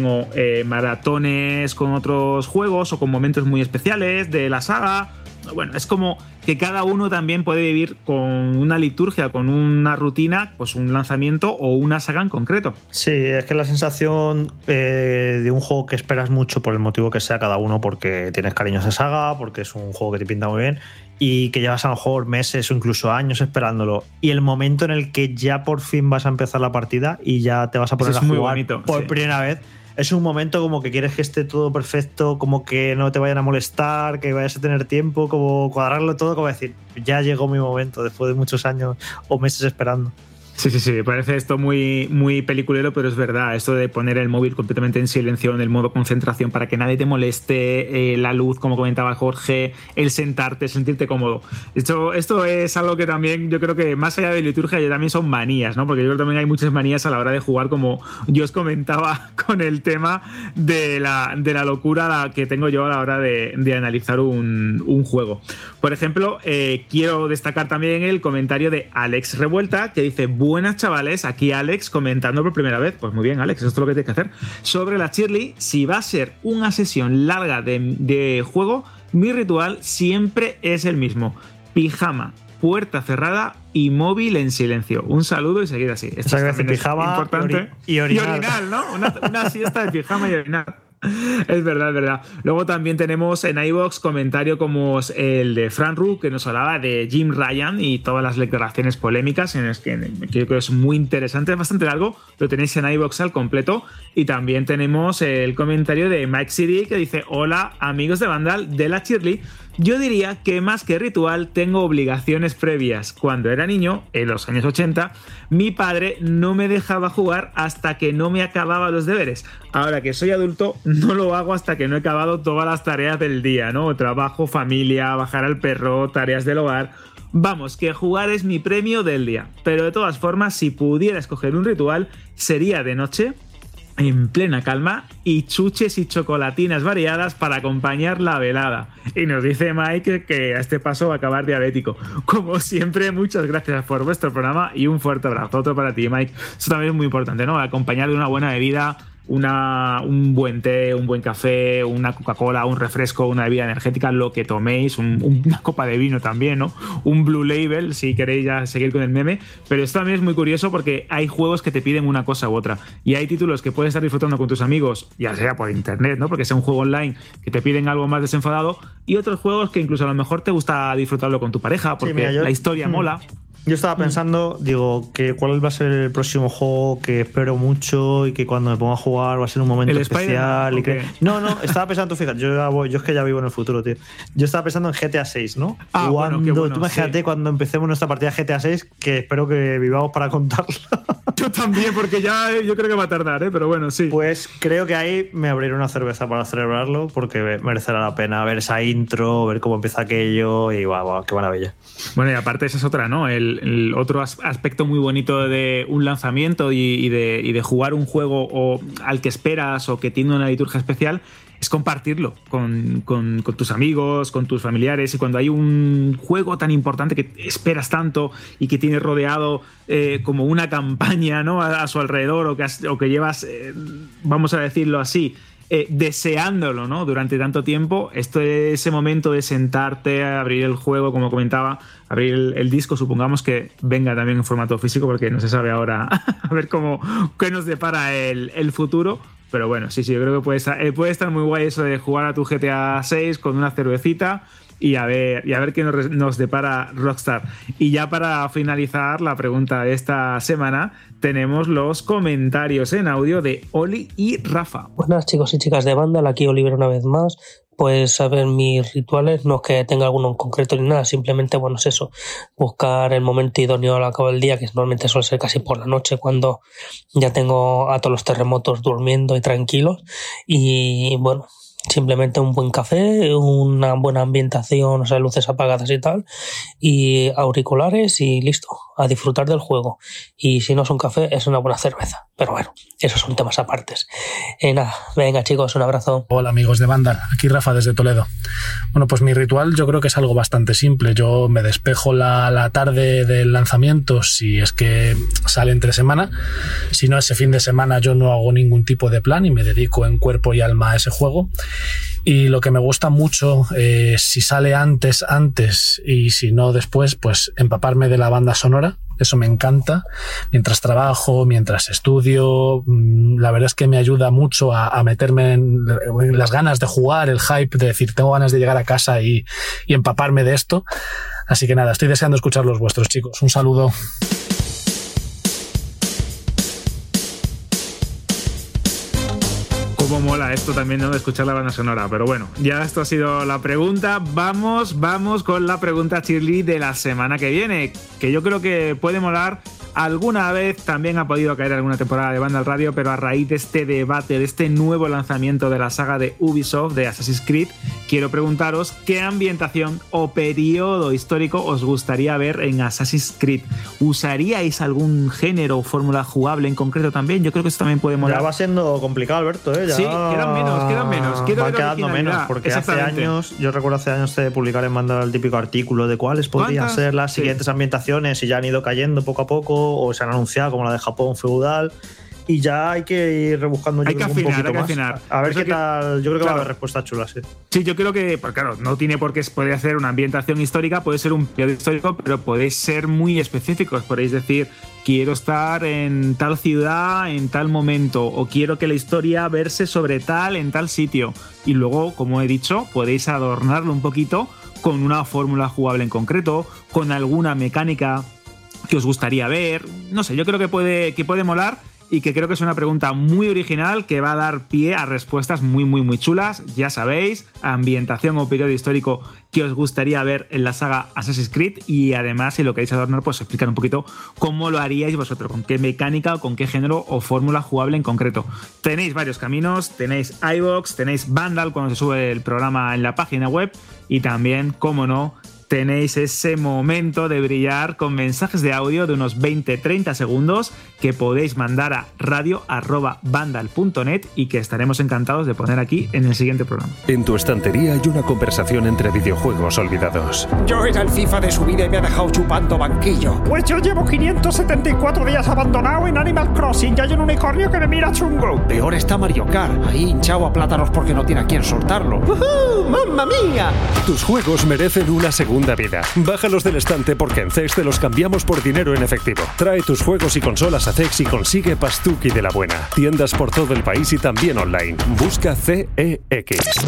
maratones con otros juegos o con momentos muy especiales de la saga. Bueno, es como que cada uno también puede vivir con una liturgia, con una rutina, pues un lanzamiento o una saga en concreto. Sí, es que la sensación de un juego que esperas mucho por el motivo que sea cada uno, porque tienes cariño a esa saga, porque es un juego que te pinta muy bien y que llevas a lo mejor meses o incluso años esperándolo, y el momento en el que ya por fin vas a empezar la partida y ya te vas a poner a jugar bonito, por primera vez. Es un momento como que quieres que esté todo perfecto, como que no te vayan a molestar, que vayas a tener tiempo, como cuadrarlo todo, como decir, ya llegó mi momento después de muchos años o meses esperando. Sí, me parece esto muy, muy peliculero, pero es verdad, esto de poner el móvil completamente en silencio, en el modo concentración, para que nadie te moleste, la luz, como comentaba Jorge, el sentarte, sentirte cómodo. Esto es algo que también yo creo que más allá de liturgia ya también son manías, ¿no? Porque yo creo que también hay muchas manías a la hora de jugar, como yo os comentaba con el tema de la locura que tengo yo a la hora de analizar un juego. Por ejemplo, quiero destacar también el comentario de Alex Revuelta, que dice: buenas chavales, aquí Alex comentando por primera vez. Pues muy bien, Alex, esto es lo que tienes que hacer. Sobre la Shirley, si va a ser una sesión larga de juego, mi ritual siempre es el mismo: pijama, puerta cerrada y móvil en silencio. Un saludo y seguir así. Esto es pijama importante. Y orinal, ¿no? Una siesta de pijama y orinal. Es verdad. Luego también tenemos en iVoox comentario como el de Fran Ru, que nos hablaba de Jim Ryan y todas las declaraciones polémicas, en las que creo que es muy interesante, es bastante largo, lo tenéis en iVoox al completo. Y también tenemos el comentario de Mike CD, que dice: hola amigos de Vandal, de la Shirley. Yo diría que más que ritual tengo obligaciones previas. Cuando era niño, en los años 80, mi padre no me dejaba jugar hasta que no me acababa los deberes. Ahora que soy adulto, no lo hago hasta que no he acabado todas las tareas del día, ¿no? Trabajo, familia, bajar al perro, tareas del hogar. Vamos, que jugar es mi premio del día. Pero de todas formas, si pudiera escoger un ritual, sería de noche, en plena calma, y chuches y chocolatinas variadas para acompañar la velada. Y nos dice Mike que a este paso va a acabar diabético. Como siempre, muchas gracias por vuestro programa y un fuerte abrazo. Otro para ti, Mike. Eso también es muy importante, ¿no? Acompañar de una buena bebida, un buen té, un buen café, una Coca-Cola, un refresco, una bebida energética, lo que toméis, una copa de vino también, ¿no? Un Blue Label, si queréis ya seguir con el meme. Pero esto también es muy curioso porque hay juegos que te piden una cosa u otra, y hay títulos que puedes estar disfrutando con tus amigos, ya sea por internet, ¿no? Porque sea un juego online, que te piden algo más desenfadado, y otros juegos que incluso a lo mejor te gusta disfrutarlo con tu pareja porque la historia mola. Yo estaba pensando, digo, que cuál va a ser el próximo juego que espero mucho y que cuando me ponga a jugar va a ser un momento especial. No, estaba pensando, fíjate, yo es que ya vivo en el futuro, tío. Yo estaba pensando en GTA 6, ¿no? Tú imagínate cuando empecemos nuestra partida GTA 6, que espero que vivamos para contarla. Yo también, porque yo creo que va a tardar, pero bueno, sí. Pues creo que ahí me abriré una cerveza para celebrarlo, porque merecerá la pena ver esa intro, ver cómo empieza aquello y guau, qué maravilla. Bueno, y aparte esa es otra, ¿no? El otro aspecto muy bonito de un lanzamiento y de jugar un juego al que esperas o que tiene una liturgia especial es compartirlo con tus amigos, con tus familiares. Y cuando hay un juego tan importante que esperas tanto y que tienes rodeado como una campaña, ¿no? a su alrededor, o que llevas, vamos a decirlo así, deseándolo, ¿no? Durante tanto tiempo, ese momento de sentarte a abrir el juego, como comentaba, abrir el disco, supongamos que venga también en formato físico, porque no se sabe ahora a ver qué nos depara el futuro. Pero bueno, sí, yo creo que puede estar muy guay eso de jugar a tu GTA 6 con una cervecita y a ver qué nos depara Rockstar. Y ya para finalizar la pregunta de esta semana, tenemos los comentarios en audio de Oli y Rafa. Buenas chicos y chicas de Vandal, aquí Oliver una vez más. Pues a ver, mis rituales no es que tenga alguno en concreto ni nada, simplemente, bueno, es eso, buscar el momento idóneo al cabo del día, que normalmente suele ser casi por la noche, cuando ya tengo a todos los terremotos durmiendo y tranquilos, y bueno, simplemente un buen café, una buena ambientación, o sea, luces apagadas y tal, y auriculares y listo, a disfrutar del juego. Y si no es un café, es una buena cerveza. Pero bueno, esos son temas apartes. Nada, venga chicos, un abrazo. Hola amigos de Vandal, aquí Rafa desde Toledo. Bueno, pues mi ritual yo creo que es algo bastante simple. Yo me despejo la tarde del lanzamiento si es que sale entre semana. Si no, ese fin de semana yo no hago ningún tipo de plan y me dedico en cuerpo y alma a ese juego. Y lo que me gusta mucho, si sale antes y si no después, pues empaparme de la banda sonora. Eso me encanta. Mientras trabajo, mientras estudio, la verdad es que me ayuda mucho a meterme en las ganas de jugar, el hype de decir, tengo ganas de llegar a casa y empaparme de esto. Así que nada, estoy deseando escuchar los vuestros, chicos. Un saludo. Cómo mola esto también, ¿no? De escuchar la banda sonora. Pero bueno, ya esto ha sido la pregunta. Vamos con la pregunta Shirley de la semana que viene, que yo creo que puede molar alguna vez también ha podido caer alguna temporada de Vandal Radio, pero a raíz de este debate, de este nuevo lanzamiento de la saga de Ubisoft, de Assassin's Creed, quiero preguntaros qué ambientación o periodo histórico os gustaría ver en Assassin's Creed. ¿Usaríais algún género o fórmula jugable en concreto también? Yo creo que eso también puede molar. Ya va siendo complicado, Alberto, ¿eh? Ya sí, quedan menos. Va quedando menos, porque hace años, yo recuerdo hace años de publicar en Vandal el típico artículo de cuáles podrían ser las siguientes ambientaciones y ya han ido cayendo poco a poco o se han anunciado como la de Japón feudal y ya hay que ir rebuscando un poquito más. A ver qué tal. Yo creo que va a haber respuestas chulas, sí. Sí, yo creo que, pues claro, no tiene por qué poder hacer una ambientación histórica, puede ser un periodo histórico, pero podéis ser muy específicos. Podéis decir, quiero estar en tal ciudad en tal momento, o quiero que la historia verse sobre tal en tal sitio. Y luego, como he dicho, podéis adornarlo un poquito con una fórmula jugable en concreto, con alguna mecánica que os gustaría ver. No sé, yo creo que puede molar. Y que creo que es una pregunta muy original que va a dar pie a respuestas muy, muy, muy chulas. Ya sabéis, ambientación o periodo histórico que os gustaría ver en la saga Assassin's Creed. Y además, si lo queréis adornar, pues explicar un poquito cómo lo haríais vosotros, con qué mecánica o con qué género o fórmula jugable en concreto. Tenéis varios caminos, tenéis iVoox, tenéis Vandal cuando se sube el programa en la página web y también, cómo no, tenéis ese momento de brillar con mensajes de audio de unos 20-30 segundos que podéis mandar a radio@vandal.net y que estaremos encantados de poner aquí en el siguiente programa. En tu estantería hay una conversación entre videojuegos olvidados. Yo era el FIFA de su vida y me ha dejado chupando banquillo. Pues yo llevo 574 días abandonado en Animal Crossing y hay un unicornio que me mira chungo. Peor está Mario Kart, ahí hinchado a plátanos porque no tiene a quién soltarlo. ¡Mamma mía! Tus juegos merecen una segunda vida. Bájalos del estante porque en CEX te los cambiamos por dinero en efectivo. Trae tus juegos y consolas a CEX y consigue Pastuki de la buena. Tiendas por todo el país y también online. Busca CEX.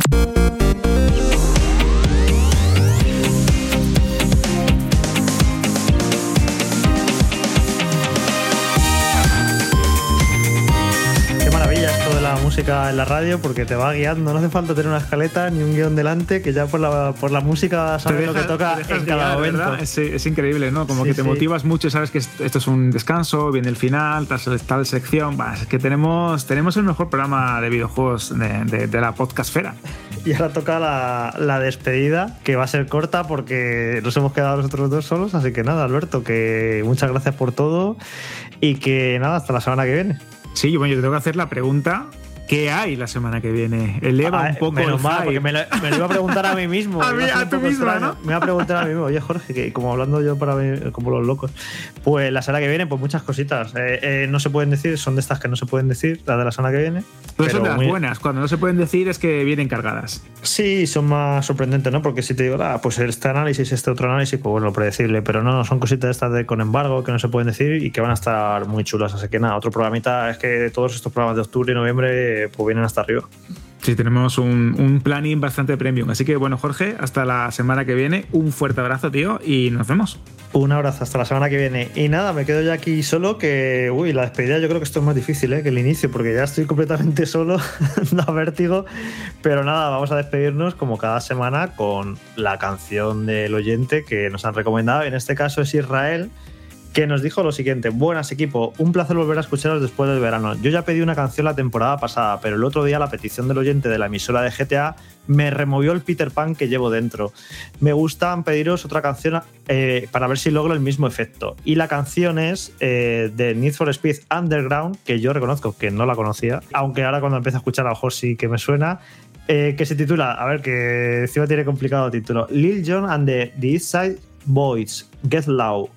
Música en la radio porque te va guiando, no hace falta tener una escaleta ni un guión delante, que ya por la música sabes lo que toca en cada momento. Es increíble, ¿no? Como que te motivas mucho, sabes que esto es un descanso, viene el final, tal sección. Es que tenemos el mejor programa de videojuegos de la podcastfera. Y ahora toca la despedida, que va a ser corta porque nos hemos quedado nosotros dos solos, así que nada, Alberto, que muchas gracias por todo y que nada, hasta la semana que viene. Sí, bueno, yo tengo que hacer la pregunta: ¿qué hay la semana que viene? Eleva un poco menos el mal, porque me lo iba a preguntar a mí mismo. a tú mismo, ¿no? Me iba a preguntar a mí mismo. Oye, Jorge, que como hablando yo para mí, como los locos. Pues la semana que viene, pues muchas cositas. No se pueden decir, son de estas que no se pueden decir, las de la semana que viene. Pero son de las buenas. Cuando no se pueden decir es que vienen cargadas. Sí, son más sorprendentes, ¿no? Porque si te digo, pues este análisis, este otro análisis, pues bueno, predecible. Pero no, son cositas estas de con embargo que no se pueden decir y que van a estar muy chulas. Así que nada, otro programita. Es que todos estos programas de octubre y noviembre pues vienen hasta arriba. Sí, tenemos un planning bastante premium. Así que bueno, Jorge, hasta la semana que viene. Un fuerte abrazo, tío, y nos vemos. Un abrazo, hasta la semana que viene. Y nada, me quedo ya aquí solo, que la despedida yo creo que esto es más difícil que el inicio, porque ya estoy completamente solo, da vértigo. Pero nada, vamos a despedirnos como cada semana con la canción del oyente que nos han recomendado. En este caso es Israel, que nos dijo lo siguiente: buenas equipo, un placer volver a escucharos después del verano. Yo ya pedí una canción la temporada pasada, pero el otro día la petición del oyente de la emisora de GTA me removió el Peter Pan que llevo dentro. Me gustan pediros otra canción para ver si logro el mismo efecto. Y la canción es de Need for Speed Underground, que yo reconozco que no la conocía, aunque ahora cuando empiezo a escuchar a lo mejor sí que me suena, que se titula, a ver, que encima tiene complicado título, Lil Jon and the East Side Boys, Get Low.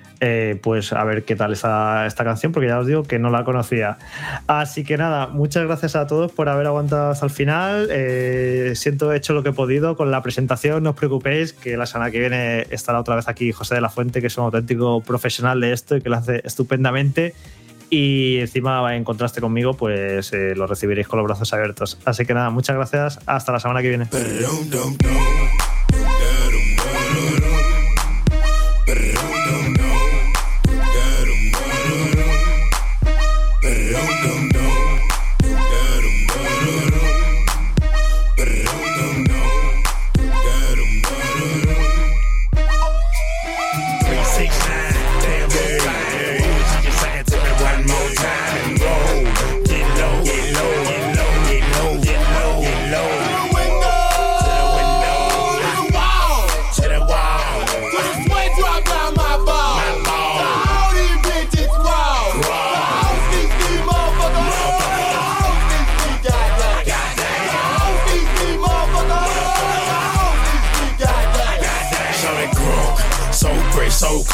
Pues a ver qué tal esta canción, porque ya os digo que no la conocía. Así que nada, muchas gracias a todos por haber aguantado hasta el final. Siento he hecho lo que he podido con la presentación. No os preocupéis, que la semana que viene estará otra vez aquí José de la Fuente, que es un auténtico profesional de esto y que lo hace estupendamente. Y encima, en contraste conmigo, pues lo recibiréis con los brazos abiertos. Así que nada, muchas gracias, hasta la semana que viene.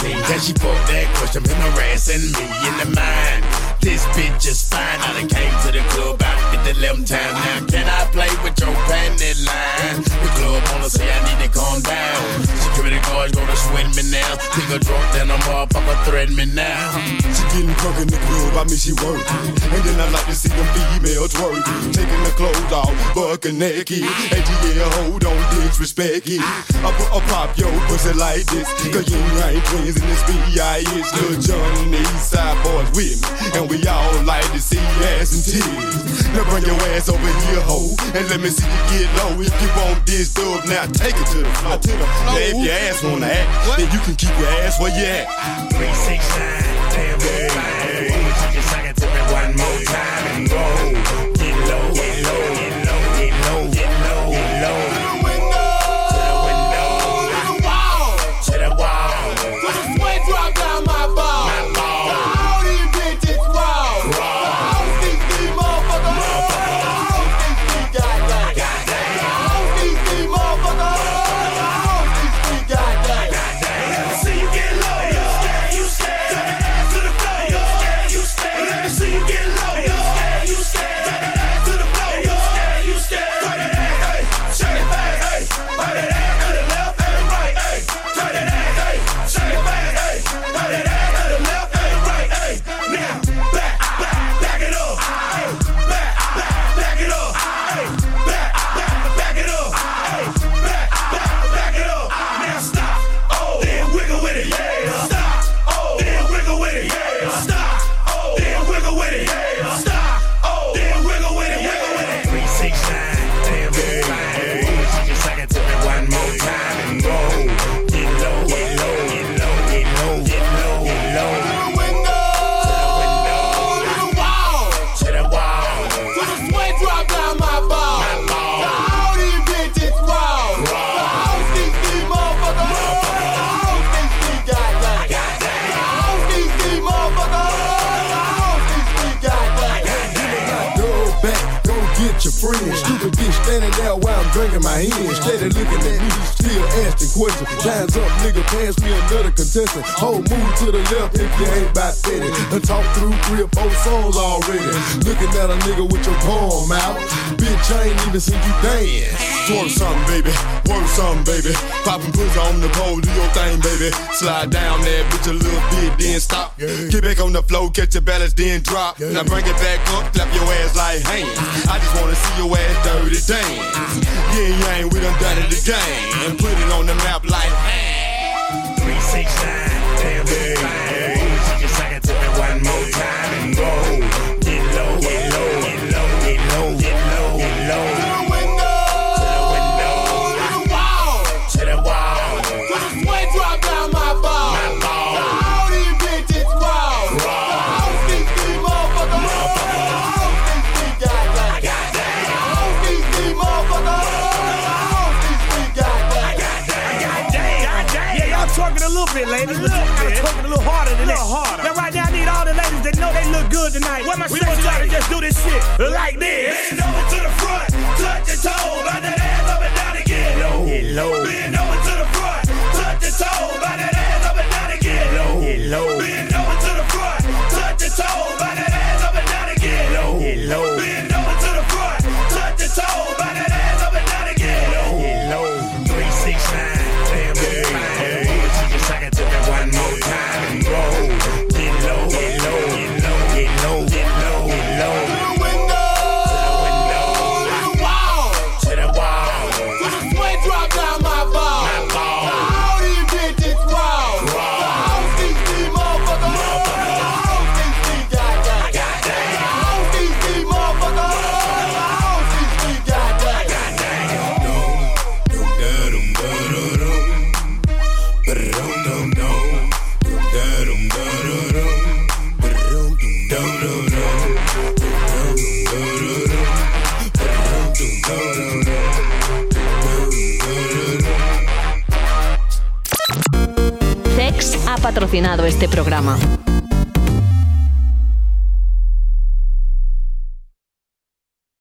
scene. Cause she put that question, been harassing me in the mind. This bitch is fine. I done came to the club about 50-11 times. Now can I play with your panty line? The club wanna say I need to calm down. Security guards gonna sweat me now. Pick a drunk, then a motherfucker threaten me now. She getting drunk in the club, I mean she working. And then I like to see them females twerking. Taking the clothes off, bucking naked. And yeah, hold on, disrespect it. I pop your pussy like this. Cause you ain't twins in this B.I.S. Lil Jon and the East Side boys with me. And we all like to see ass and titties. Now bring your ass over here, ho, and let me see you get low. If you want this dub, now take it to the floor. Now if your ass wanna act, then you can keep your ass where you at. 369, damn good. You can sing it to me one more time and go. Get low, get low, get low, get low, get low, get low. To the window, to the wall, to the wall. To the sweat drop down my ball. All these bitches raw. All these motherfuckers. All these goddamn. All these motherfuckers. All these goddamn. See you get low, you scared. Turn your ass to the floor, you scared. Let me see you get low, you scared. Turn your ass to the floor, you scared. Turn your ass, hey, shake it back, hey. Turn that ass to the left and right, hey. Turn that ass, hey, shake it back, hey. Turn that ass to the left and right, hey. Now, back it up, hey. Back it up, hey. Back it up, hey. Back it up. Now stop, oh, then wiggle with it, yeah. Stop, oh, then wiggle with it, yeah. Stop, oh, then wiggle with it, yeah. Stop, oh, then wiggle with it, wiggle with it. 369, damn good. She can suck it to me one more time and go. Get low, get low, get low, get low, get low, get low. To the window, to the wall, to the wall. To the sweat drop down my ball. All these bitches raw. All these motherfuckers. All these goddamn. All these motherfuckers. All these goddamn. Go back, go get your friends. Stupid bitch standing there while I'm drinking my hand. Steady looking at me, still asking questions. Time's up, nigga, pass me another contestant. Whole move to the left if you ain't about 50. I talked through 3 or 4 songs already. Looking at a nigga with your palm out. Bitch, I ain't even seen you dance. Twerk something, baby. Work something, baby. Poppin' pussy on the pole, do your thing, baby. Slide down that bitch a little bit, then stop. Get back on the floor, catch your balance, then drop. Now bring it back up, clap your ass like hands. I just wanna see your ass dirty dance. Yeah, we done done it again. And put it on the map like 369, damn good. She can suck it to me one more time and go. Get low, get low, get low, get low, get low, get low. To the window, to the wall, to the wall. To the sweat drop down my ball. All these bitches raw. All these motherfuckers. All these goddamn. All these motherfuckers. All these goddamn. Yeah, y'all talking a little bit, ladies. I'm talking a little harder than that. Now, right now, I need all the ladies that know they look good tonight. We gonna try to just do this shit like this. Bend over to the front, touch your toe, bout that ass up and down again. Get low. Bend over to the front, touch your toe, bout that ass up and down again. Get low. Bend over to the front, touch your toe, bout that ass up and down again. Get low. Bend over to the front, touch your toe, bout that ass up and down again. Get low. 369, damn good. She can suck it to me one more time and go. Get low, get low, get low, get low, get low, get low. To the window, to the wall, to the wall. To the sweat drop down my ball. All these bitches raw. All these motherfuckers. All these goddamn. All these motherfuckers. All these Cex ha patrocinado este programa.